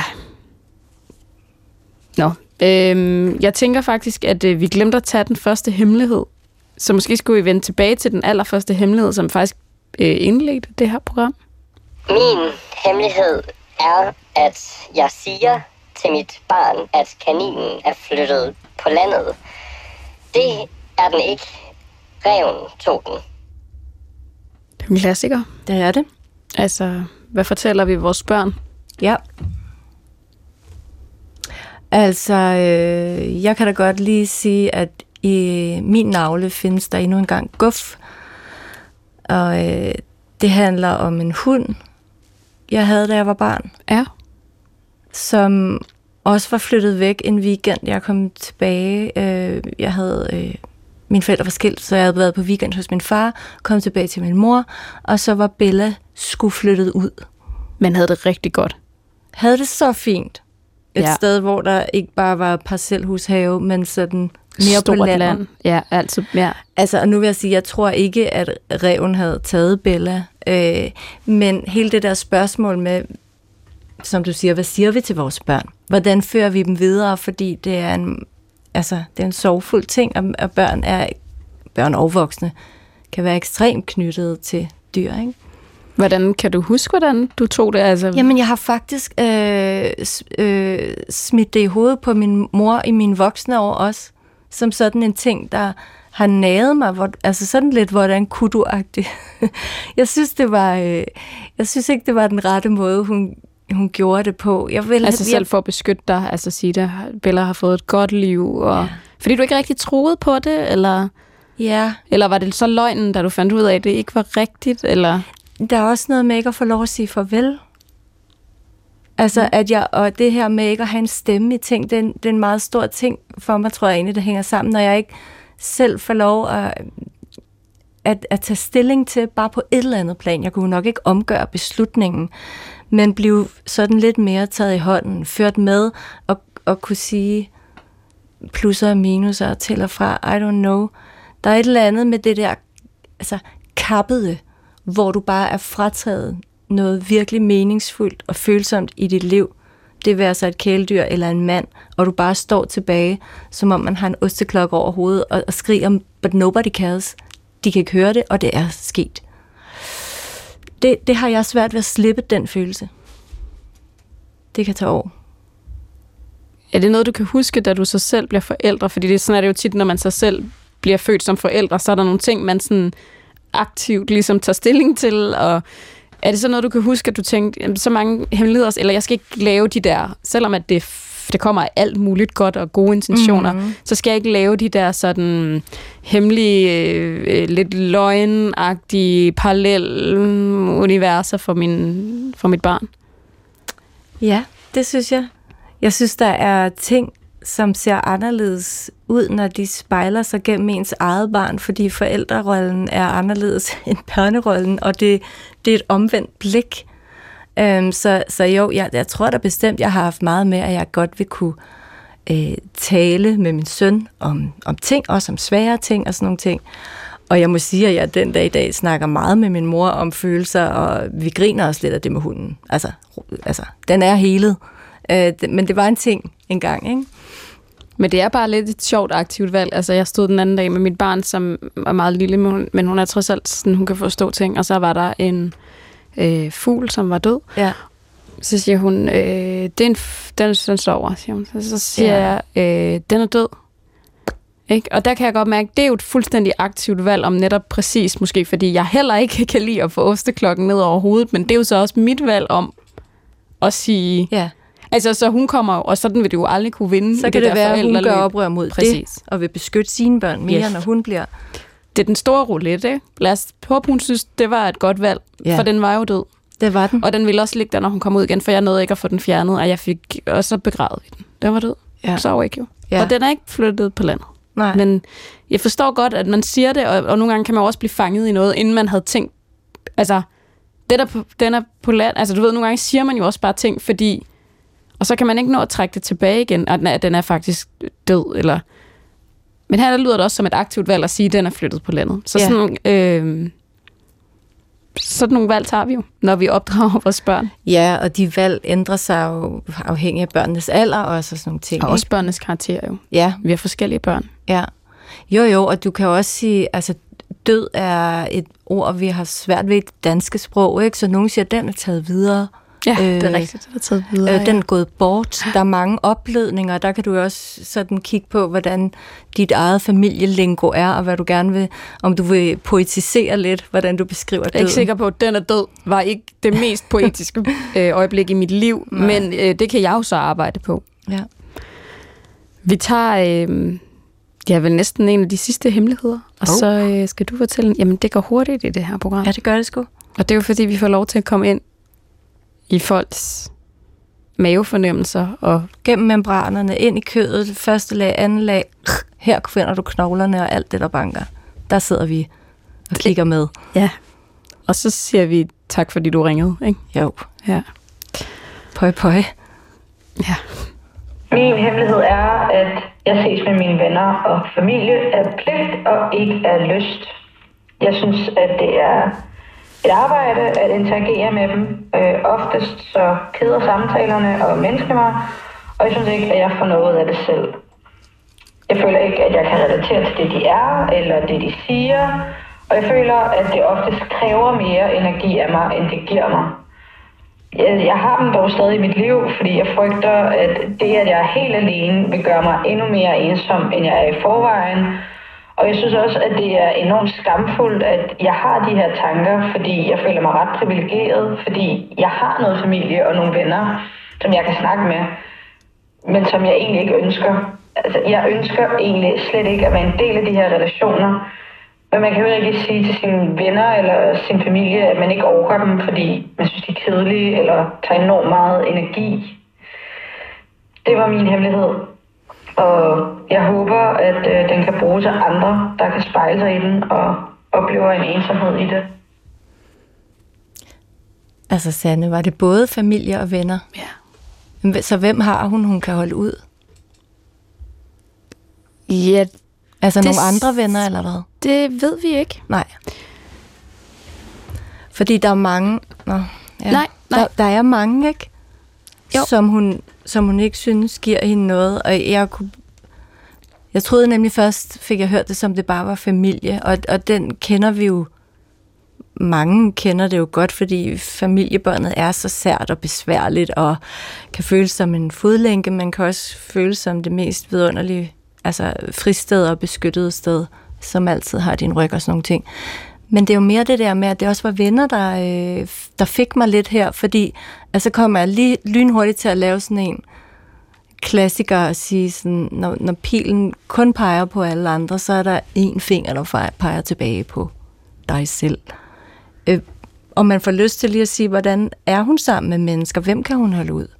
Nå. Jeg tænker faktisk, at vi glemte at tage den første hemmelighed. Så måske skulle vi vende tilbage til den allerførste hemmelighed, som faktisk indledte det her program. Min hemmelighed er, at jeg siger til mit barn, at kaninen er flyttet på landet. Det er den ikke. Ræven tog den. Det er en klassiker. Det er det. Altså, hvad fortæller vi vores børn? Ja. Altså, jeg kan da godt lige sige, at i min navle findes der endnu engang guf. Og det handler om en hund, jeg havde, da jeg var barn. Ja. Som også var flyttet væk en weekend. Jeg kom tilbage. Jeg havde... Mine forældre var skilt, så jeg havde været på weekend hos min far, kom tilbage til min mor, og så var Bella skulle flyttet ud. Men havde det rigtig godt. Havde det så fint. Et sted, hvor der ikke bare var parcelhushave, men sådan mere stort på landet. Land. Ja, altså, ja. Altså, og nu vil jeg sige, jeg tror ikke, at ræven havde taget Bella. Men hele det der spørgsmål med, som du siger, hvad siger vi til vores børn? Hvordan fører vi dem videre? Fordi det er en sorgfuld ting, at børn og voksne kan være ekstremt knyttet til dyr, ikke? Hvordan kan du huske, hvordan du tog det? Altså? Jamen, jeg har faktisk smidt det i hovedet på min mor i mine voksne år også, som sådan en ting, der har naget mig, altså sådan lidt, hvordan kunne du-agtigt. Jeg synes ikke, det var den rette måde, hun gjorde det på. Selv for at beskytte dig, altså sige, at Bella har fået et godt liv, og fordi du ikke rigtig troede på det, eller? Ja. Eller var det så løgnen, da du fandt ud af, at det ikke var rigtigt, eller? Der er også noget med ikke at få lov at sige farvel. Altså, og det her med ikke at have en stemme i ting, det er en meget stor ting for mig, tror jeg egentlig, det hænger sammen, når jeg ikke selv får lov at tage stilling til, bare på et eller andet plan. Jeg kunne nok ikke omgøre beslutningen, men blive sådan lidt mere taget i hånden, ført med, og kunne sige plusser og minuser til og fra, I don't know. Der er et eller andet med det der, altså kappede, hvor du bare er frataget noget virkelig meningsfuldt og følsomt i dit liv. det vil altså et kæledyr eller en mand, og du bare står tilbage, som om man har en osteklokke over hovedet og skriger, but nobody cares. De kan ikke høre det, og det er sket. Det har jeg svært ved at slippe, den følelse. Det kan tage år. Er det noget, du kan huske, da du så selv bliver forældre? Fordi sådan er det jo tit, når man så selv bliver født som forældre, så er der nogle ting, man sådan aktivt ligesom tager stilling til, og er det så noget, du kan huske, at du tænkte, jamen, så mange hemmeligheder, eller jeg skal ikke lave de der, selvom at det kommer af alt muligt godt og gode intentioner, så skal jeg ikke lave de der sådan hemmelige, lidt løgnagtige paralleluniverser for mit barn. Ja, det synes jeg. Jeg synes, der er ting, som ser anderledes ud, når de spejler sig gennem ens eget barn, fordi forældrerollen er anderledes end børnerollen, og det er et omvendt blik. Så jo, jeg tror da bestemt, jeg har haft meget med, at jeg godt vil kunne tale med min søn om ting, også om svære ting og sådan nogle ting. Og jeg må sige, at jeg den dag i dag snakker meget med min mor om følelser, og vi griner også lidt af det med hunden. Altså den er helet. Men det var en ting engang, ikke? Men det er bare lidt et sjovt aktivt valg. Altså, jeg stod den anden dag med mit barn, som er meget lille, men hun er trods alt sådan, hun kan forstå ting. Og så var der en fugl, som var død. Ja. Så siger hun, den sover, siger hun. Så siger jeg, den er død. Ikke? Og der kan jeg godt mærke, det er jo et fuldstændig aktivt valg om netop præcis, måske fordi jeg heller ikke kan lide at få osteklokken ned over hovedet, men det er jo så også mit valg om at sige... Ja. Altså, så hun kommer, og sådan vil du jo aldrig kunne vinde. Så kan det være, at hun gør oprør mod det, og vil beskytte sine børn mere, når hun bliver... Det er den store roulette, ikke? Lad os håbe, hun synes, det var et godt valg, for den var jo død. Det var den. Og den ville også ligge der, når hun kom ud igen, for jeg nåede ikke at få den fjernet, og jeg fik også begravet den. Den var død. Ja. Så ikke jo. Ja. Og den er ikke flyttet på landet. Nej. Men jeg forstår godt, at man siger det, og nogle gange kan man også blive fanget i noget, inden man havde tænkt... Altså, den er på land... Altså, du ved, nogle gange siger man jo også bare ting, fordi... Og så kan man ikke nå at trække det tilbage igen, at den er faktisk død, eller... Men her der lyder det også som et aktivt valg at sige, at den er flyttet på landet. Så sådan nogle valg tager vi jo, når vi opdrager vores børn. Ja, og de valg ændrer sig jo afhængig af børnenes alder og sådan nogle ting. Og også børnenes karakter jo. Ja. Vi har forskellige børn. Ja. Jo, og du kan jo også sige, altså død er et ord, vi har svært ved i det danske sprog, ikke? Så nogen siger, at den er taget videre. Ja, det er rigtigt, det er taget videre. Den er gået bort. Der er mange opledninger, der kan du også sådan kigge på, hvordan dit eget familielingo er, og hvad du gerne vil, om du vil poetisere lidt, hvordan du beskriver døden. Jeg er ikke sikker på, at den er død var ikke det mest poetiske øjeblik i mit liv, men det kan jeg jo så arbejde på. Ja. Vi tager vel næsten en af de sidste hemmeligheder, og så skal du fortælle, jamen det går hurtigt i det her program. Ja, det gør det sgu. Og det er jo fordi, vi får lov til at komme ind i folks mavefornemmelser og gennem membranerne, ind i kødet, første lag, anden lag, her finder du knoglerne og alt det, der banker. Der sidder vi og kigger med. Ja, og så siger vi tak, fordi du ringede, ikke? Jo. Ja. Pøj. Ja. Min hemmelighed er, at jeg ses med mine venner og familie af pligt og ikke af lyst. Jeg synes, at det er et arbejde at interagere med dem. Oftest så keder samtalerne og mennesker mig, og jeg synes ikke, at jeg får noget af det selv. Jeg føler ikke, at jeg kan relatere til det, de er, eller det, de siger, og jeg føler, at det oftest kræver mere energi af mig, end det giver mig. Jeg har dem dog stadig i mit liv, fordi jeg frygter, at det, at jeg er helt alene, vil gøre mig endnu mere ensom, end jeg er i forvejen. Og jeg synes også, at det er enormt skamfuldt, at jeg har de her tanker, fordi jeg føler mig ret privilegeret, fordi jeg har noget familie og nogle venner, som jeg kan snakke med, men som jeg egentlig ikke ønsker. Altså, jeg ønsker egentlig slet ikke at være en del af de her relationer, men man kan jo ikke sige til sine venner eller sin familie, at man ikke overgår dem, fordi man synes, de er kedelige eller tager enormt meget energi. Det var min hemmelighed. Og jeg håber, at den kan bruges af andre, der kan spejle sig i den og oplever en ensomhed i det. Altså Sanne, var det både familie og venner? Ja. Så hvem har hun kan holde ud? Ja. Altså nogle andre venner eller hvad? Det ved vi ikke. Nej. Fordi der er mange... Nej. Der er mange, ikke? som hun ikke synes giver hende noget. Og jeg troede nemlig først, fik jeg hørt det, som det bare var familie, og den kender vi jo. Mange kender det jo godt, fordi familiebåndet er så sært og besværligt, og kan føles som en fodlænke, man kan også føles som det mest vidunderlige, altså fristed og beskyttede sted, som altid har din ryg og sådan nogle ting. Men det er jo mere det der med, at det også var venner, der fik mig lidt her, fordi altså kommer jeg lige lynhurtigt til at lave sådan en klassiker og sige, sådan, når pilen kun peger på alle andre, så er der én finger, der peger tilbage på dig selv. Og man får lyst til lige at sige, hvordan er hun sammen med mennesker? Hvem kan hun holde ud?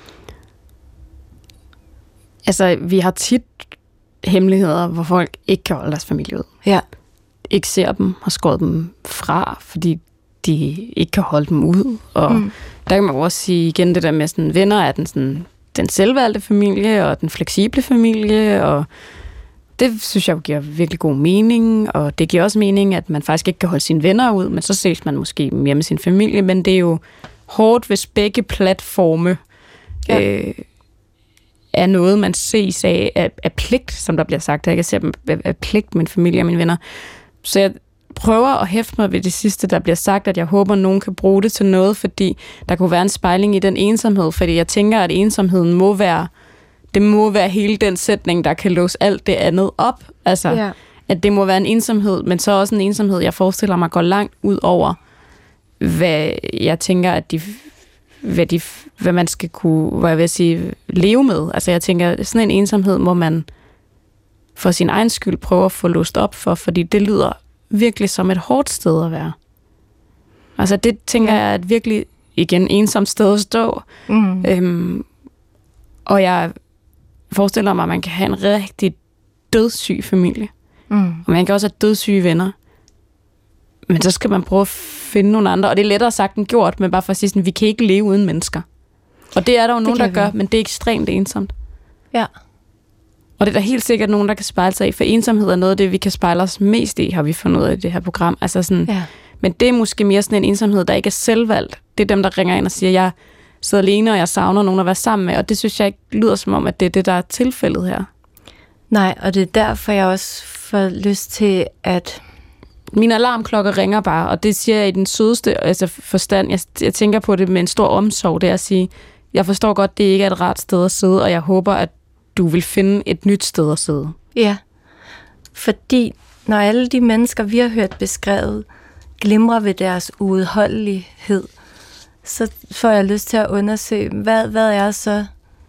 Altså, vi har tit hemmeligheder, hvor folk ikke kan holde deres familie ud. Ja. Ikke ser dem, har skåret dem fra, fordi de ikke kan holde dem ud. Og der kan man også sige igen det der med sådan, venner er den selvvalgte familie og den fleksible familie, og det synes jeg giver virkelig god mening, og det giver også mening, at man faktisk ikke kan holde sine venner ud, men så ses man måske hjemme med sin familie, men det er jo hårdt, hvis begge platforme er noget, man ses af pligt, som der bliver sagt. Jeg kan se af pligt, min familie og mine venner. Så jeg prøver at hæfte mig ved det sidste, der bliver sagt, at jeg håber, at nogen kan bruge det til noget, fordi der kunne være en spejling i den ensomhed, fordi jeg tænker, at ensomheden må være hele den sætning, der kan låse alt det andet op. Altså, at det må være en ensomhed, men så også en ensomhed, jeg forestiller mig går langt ud over, hvad jeg tænker, at hvad man skal kunne, hvad jeg vil sige, leve med. Altså, jeg tænker, sådan en ensomhed må man for sin egen skyld prøve at få låst op for, fordi det lyder virkelig som et hårdt sted at være. Altså, det tænker jeg er et virkelig, igen, ensomt sted at stå. Og jeg forestiller mig, at man kan have en rigtig dødssyg familie. Og man kan også have dødssyge venner. Men så skal man prøve at finde nogle andre. Og det er lettere sagt end gjort, men bare for at sige sådan, vi kan ikke leve uden mennesker. Og det er der jo nogen, der gør, men det er ekstremt ensomt. Ja. Og det er der helt sikkert nogen, der kan spejle sig i, for ensomhed er noget af det, vi kan spejle os mest i, har vi fundet ud af i det her program. Altså sådan, men det er måske mere sådan en ensomhed, der ikke er selvvalgt. Det er dem, der ringer ind og siger, jeg sidder alene, og jeg savner nogen at være sammen med. Og det synes jeg ikke lyder som om, at det er det, der er tilfældet her. Nej, og det er derfor, jeg også får lyst til, at mine alarmklokker ringer bare, og det siger jeg i den sødeste forstand. Jeg tænker på det med en stor omsorg, det er at sige, jeg forstår godt, det ikke er et rart sted at sidde, og jeg håber, at du vil finde et nyt sted at sidde. Ja, fordi når alle de mennesker, vi har hørt beskrevet, glimrer ved deres uudholdelighed, så får jeg lyst til at undersøge, hvad er så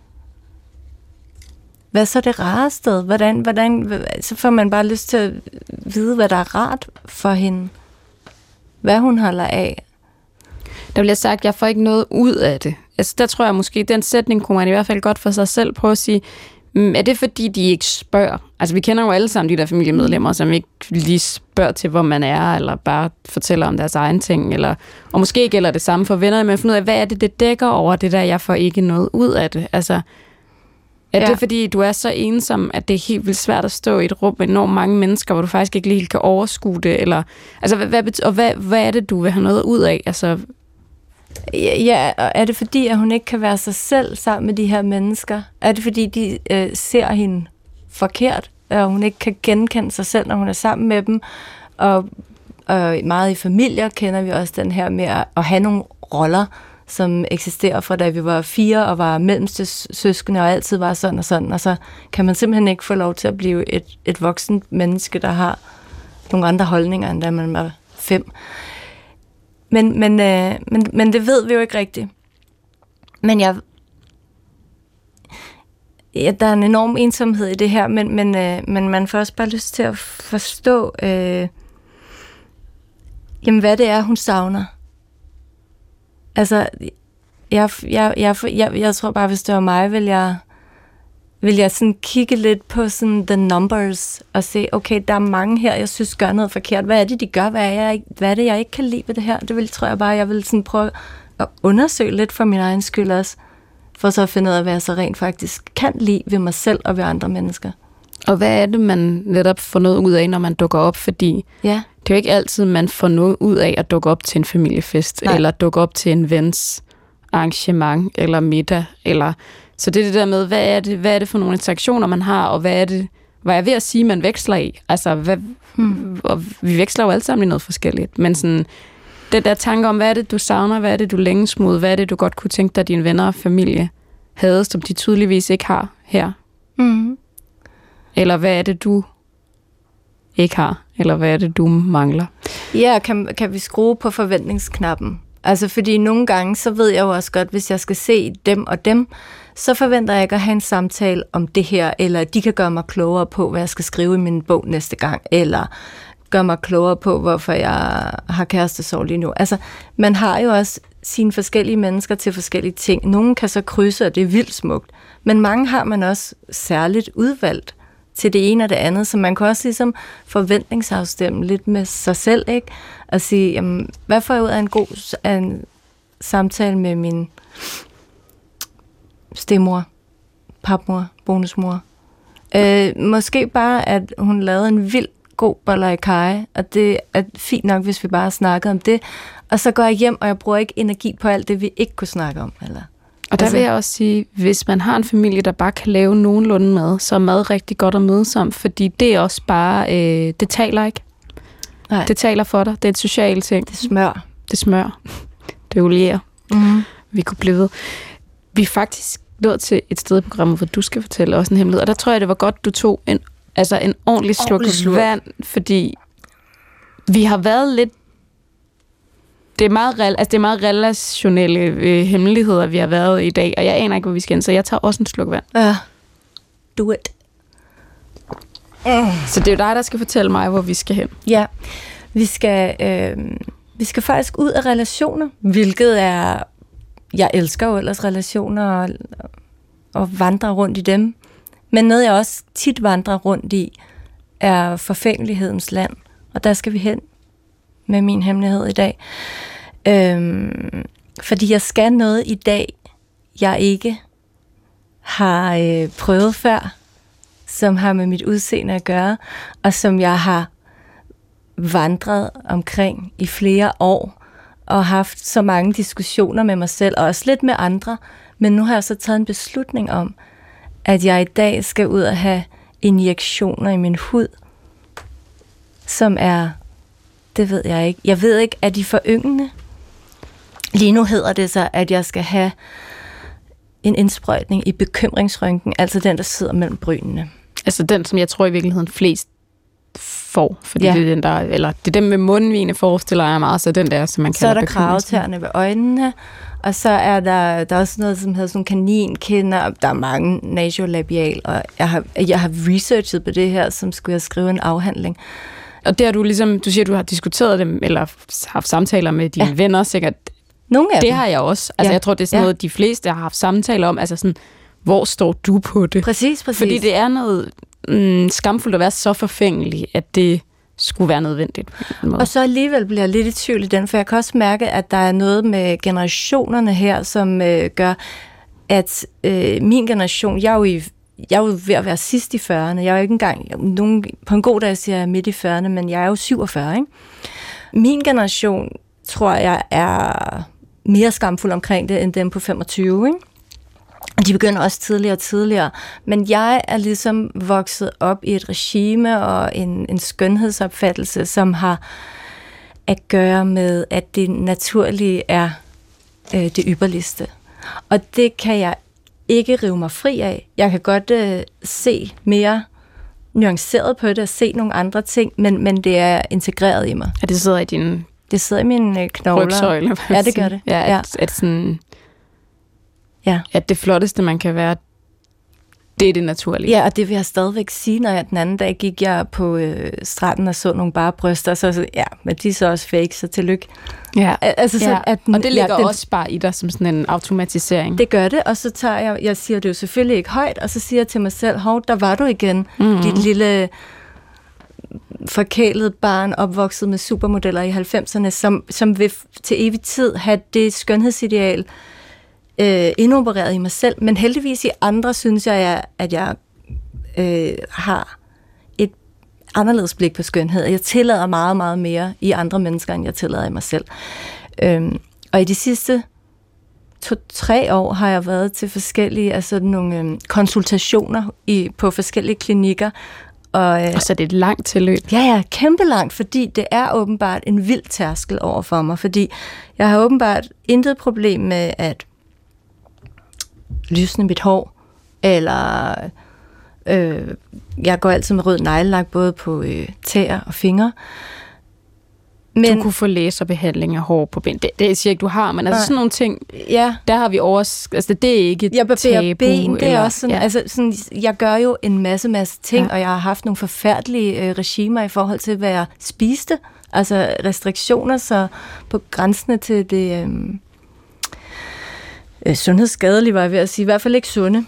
det rare sted? Hvordan, så får man bare lyst til at vide, hvad der er rart for hende. Hvad hun holder af. Der bliver sagt, jeg får ikke noget ud af det. Altså, der tror jeg måske, den sætning kunne man i hvert fald godt for sig selv prøve at sige, er det fordi, de ikke spørger? Altså, vi kender jo alle sammen de der familiemedlemmer, som ikke lige spørger til, hvor man er, eller bare fortæller om deres egen ting, og måske gælder det samme for venner, men at finde ud af, hvad er det dækker over det der, jeg får ikke noget ud af det? Altså, er det fordi, du er så ensom, at det er helt vildt svært at stå i et rum med enormt mange mennesker, hvor du faktisk ikke lige helt kan overskue det? Eller, altså, hvad er det, du vil have noget ud af? Altså, ja, er det fordi, at hun ikke kan være sig selv sammen med de her mennesker? Er det fordi, de ser hende forkert, og hun ikke kan genkende sig selv, når hun er sammen med dem? Og meget i familier kender vi også den her med at have nogle roller, som eksisterer fra da vi var 4 og var mellemste søskende og altid var sådan og sådan, og så kan man simpelthen ikke få lov til at blive et voksen menneske, der har nogle andre holdninger, end da man var 5. Men det ved vi jo ikke rigtigt. Men der er en enorm ensomhed i det her, men man får også bare lyst til at forstå, jamen hvad det er, hun savner. Altså, jeg tror bare, hvis det var mig, vil jeg sådan kigge lidt på sådan the numbers og se, okay, der er mange her, jeg synes gør noget forkert. Hvad er det, de gør? Hvad er det, jeg ikke kan lide ved det her? Det tror jeg bare, jeg vil sådan prøve at undersøge lidt for min egen skyld også, for så at finde ud af, hvad jeg så rent faktisk kan lide ved mig selv og ved andre mennesker. Og hvad er det, man netop får noget ud af, når man dukker op? Fordi det er jo ikke altid, man får noget ud af at dukke op til en familiefest, eller dukke op til en vens arrangement eller middag, eller så det er det der med, hvad er det for nogle interaktioner, man har, og hvad er jeg ved at sige, man veksler i? Altså, og vi veksler jo alle sammen i noget forskelligt, men sådan, den der tanke om, hvad er det, du savner, hvad er det, du længes mod, hvad er det, du godt kunne tænke dig, at dine venner og familie havde, som de tydeligvis ikke har her? Mm. Eller hvad er det, du ikke har? Eller hvad er det, du mangler? Ja, kan vi skrue på forventningsknappen? Altså, fordi nogle gange, så ved jeg jo også godt, hvis jeg skal se dem og dem, så forventer jeg ikke at have en samtale om det her, eller de kan gøre mig klogere på, hvad jeg skal skrive i min bog næste gang, eller gøre mig klogere på, hvorfor jeg har kærestesorg lige nu. Altså, man har jo også sine forskellige mennesker til forskellige ting. Nogle kan så krydse, og det er vildt smukt. Men mange har man også særligt udvalgt til det ene og det andet, så man kan også ligesom forventningsafstemme lidt med sig selv, ikke? Og sige, jamen, hvad får jeg ud af en samtale med min stemor, papmor, bonusmor? Måske bare, at hun lavede en vild god boller i kaj, og det er fint nok, hvis vi bare snakker om det. Og så går jeg hjem, og jeg bruger ikke energi på alt det, vi ikke kunne snakke om. Eller? Og der vil jeg også sige, hvis man har en familie, der bare kan lave nogenlunde mad, så er mad rigtig godt at mødes om, fordi det er også bare, det taler ikke. Nej. Det taler for dig. Det er et socialt ting. Det smør. Det smør. Det olierer. Mm-hmm. Vi kunne blive ved. Vi er faktisk nået til et sted i programmet, hvor du skal fortælle også en hemmelighed, og der tror jeg, det var godt, du tog en ordentlig sluk vand, fordi vi har været lidt. Det er meget relationelle hemmeligheder, vi har været i dag, og jeg aner ikke, hvor vi skal hen, så jeg tager også en sluk vand. Ja. Do it. Så det er jo dig, der skal fortælle mig, hvor vi skal hen. Ja, vi skal faktisk ud af relationer, hvilket er. Jeg elsker jo ellers relationer og vandre rundt i dem. Men noget, jeg også tit vandrer rundt i, er forfængelighedens land. Og der skal vi hen med min hemmelighed i dag. Fordi jeg skal noget i dag, jeg ikke har prøvet før, som har med mit udseende at gøre, og som jeg har vandret omkring i flere år, og haft så mange diskussioner med mig selv, og også lidt med andre. Men nu har jeg så taget en beslutning om, at jeg i dag skal ud og have injektioner i min hud, som er, det ved jeg ikke. Jeg ved ikke, er de foryngende? Lige nu hedder det så, at jeg skal have en indsprøjtning i bekymringsrøntgen, altså den, der sidder mellem brynene. Altså den, som jeg tror i virkeligheden flest får, fordi det er den der, eller det er dem med mundvigene, forestiller jeg meget, så den der, som man kalder. Så er der kravetæerne ved øjnene, og så er der er også noget, som hedder sådan kaninkinder, der er mange nasolabial, og jeg har researchet på det her, som skulle jeg skrive en afhandling. Og der du ligesom, du siger, du har diskuteret dem, eller haft samtaler med dine venner, sikkert. Nogle af det dem. har jeg også. Altså jeg tror, det er sådan noget, de fleste har haft samtaler om, altså sådan, hvor står du på det? Præcis. Fordi det er noget skamfuldt at være så forfængelig, at det skulle være nødvendigt. Og så alligevel bliver jeg lidt i tvivl i den, for jeg kan også mærke, at der er noget med generationerne her, som gør, at min generation, jeg er jo ved at være sidst i 40'erne. Jeg er jo ikke engang, på en god dag siger jeg midt i 40'erne, men jeg er jo 47, ikke? Min generation, tror jeg, er mere skamfuld omkring det, end dem på 25, ikke? De begynder også tidligere og tidligere. Men jeg er ligesom vokset op i et regime og en skønhedsopfattelse, som har at gøre med, at det naturlige er det ypperligste. Og det kan jeg ikke rive mig fri af. Jeg kan godt se mere nuanceret på det og se nogle andre ting, men det er integreret i mig. Ja, det sidder i dine... Det sidder i mine knogler. Rygsøjle. Ja, det gør det. Ja, at sådan... Ja. At det flotteste, man kan være, det er det naturlige. Ja, og det vil jeg stadigvæk sige, når den anden dag gik jeg på stranden og så nogle bare bryster, og så men de er så også fake, så tillykke. Ja, altså, så, at og det ligger også bare i dig som sådan en automatisering. Det gør det, og så tager jeg siger det jo selvfølgelig ikke højt, og så siger jeg til mig selv, hov, der var du igen, dit lille forkælede barn, opvokset med supermodeller i 90'erne, som vil til evig tid have det skønhedsideal, indopereret i mig selv, men heldigvis i andre synes jeg, at jeg har et anderledes blik på skønhed. Jeg tillader meget, meget mere i andre mennesker, end jeg tillader i mig selv. Og i de sidste 2-3 år har jeg været til forskellige altså nogle konsultationer på forskellige klinikker. Og så det er et langt tilløb. Ja, kæmpe langt, fordi det er åbenbart en vild tærskel over for mig, fordi jeg har åbenbart intet problem med at lysne mit hår, eller jeg går altid med rød neglelak både på tæer og fingre. Men du kunne få laserbehandling af hår på ben. Det siger ikke, du har, men altså sådan nogle ting, der har vi altså det er ikke et tabu. Ben, det er også sådan, altså sådan, jeg gør jo en masse ting, og jeg har haft nogle forfærdelige regimer i forhold til, hvad jeg spiste. Altså restriktioner, så på grænsene til det sundhedsskadelige, var jeg ved at sige. I hvert fald ikke sunde.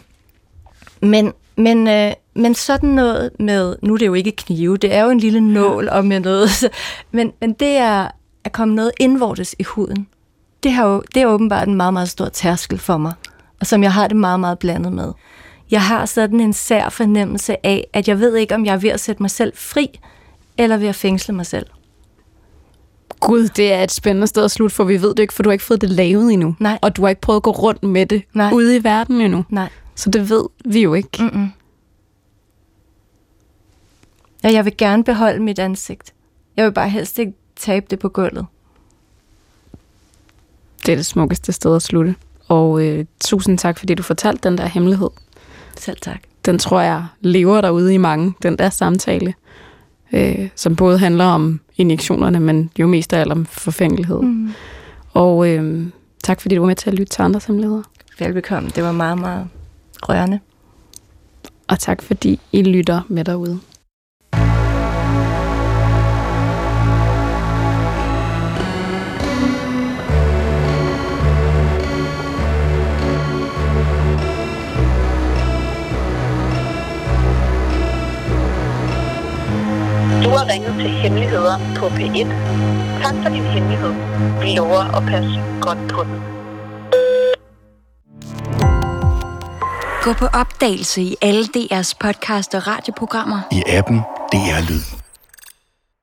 Men sådan noget med, nu er det jo ikke knive, det er jo en lille nål og med noget, men det er at komme noget indvortes i huden. Det er åbenbart en meget, meget stor tærskel for mig, og som jeg har det meget, meget blandet med. Jeg har sådan en sær fornemmelse af, at jeg ved ikke, om jeg er ved at sætte mig selv fri, eller ved at fængsle mig selv. Gud, det er et spændende sted at slutte, for vi ved det ikke, for du har ikke fået det lavet endnu. Nej. Og du har ikke prøvet at gå rundt med det ude i verden endnu. Nej. Så det ved vi jo ikke. Mm-mm. Ja, jeg vil gerne beholde mit ansigt. Jeg vil bare helst ikke tabe det på gulvet. Det er det smukkeste sted at slutte. Og tusind tak, fordi du fortalte den der hemmelighed. Selv tak. Den tror jeg lever derude i mange, den der samtale. Som både handler om injektionerne, men jo mest af alt om forfængelighed. Mm. Og tak, fordi du var med til at lytte til andres hemmeligheder. Velbekomme. Det var meget, meget rørende. Og tak, fordi I lytter med derude. Du har ringet til Hemmeligheder på P1. Tak for din hemmelighed. Vi lover at passe godt på den. Gå på opdagelse i alle DR's podcast og radioprogrammer. I appen DR Lyd.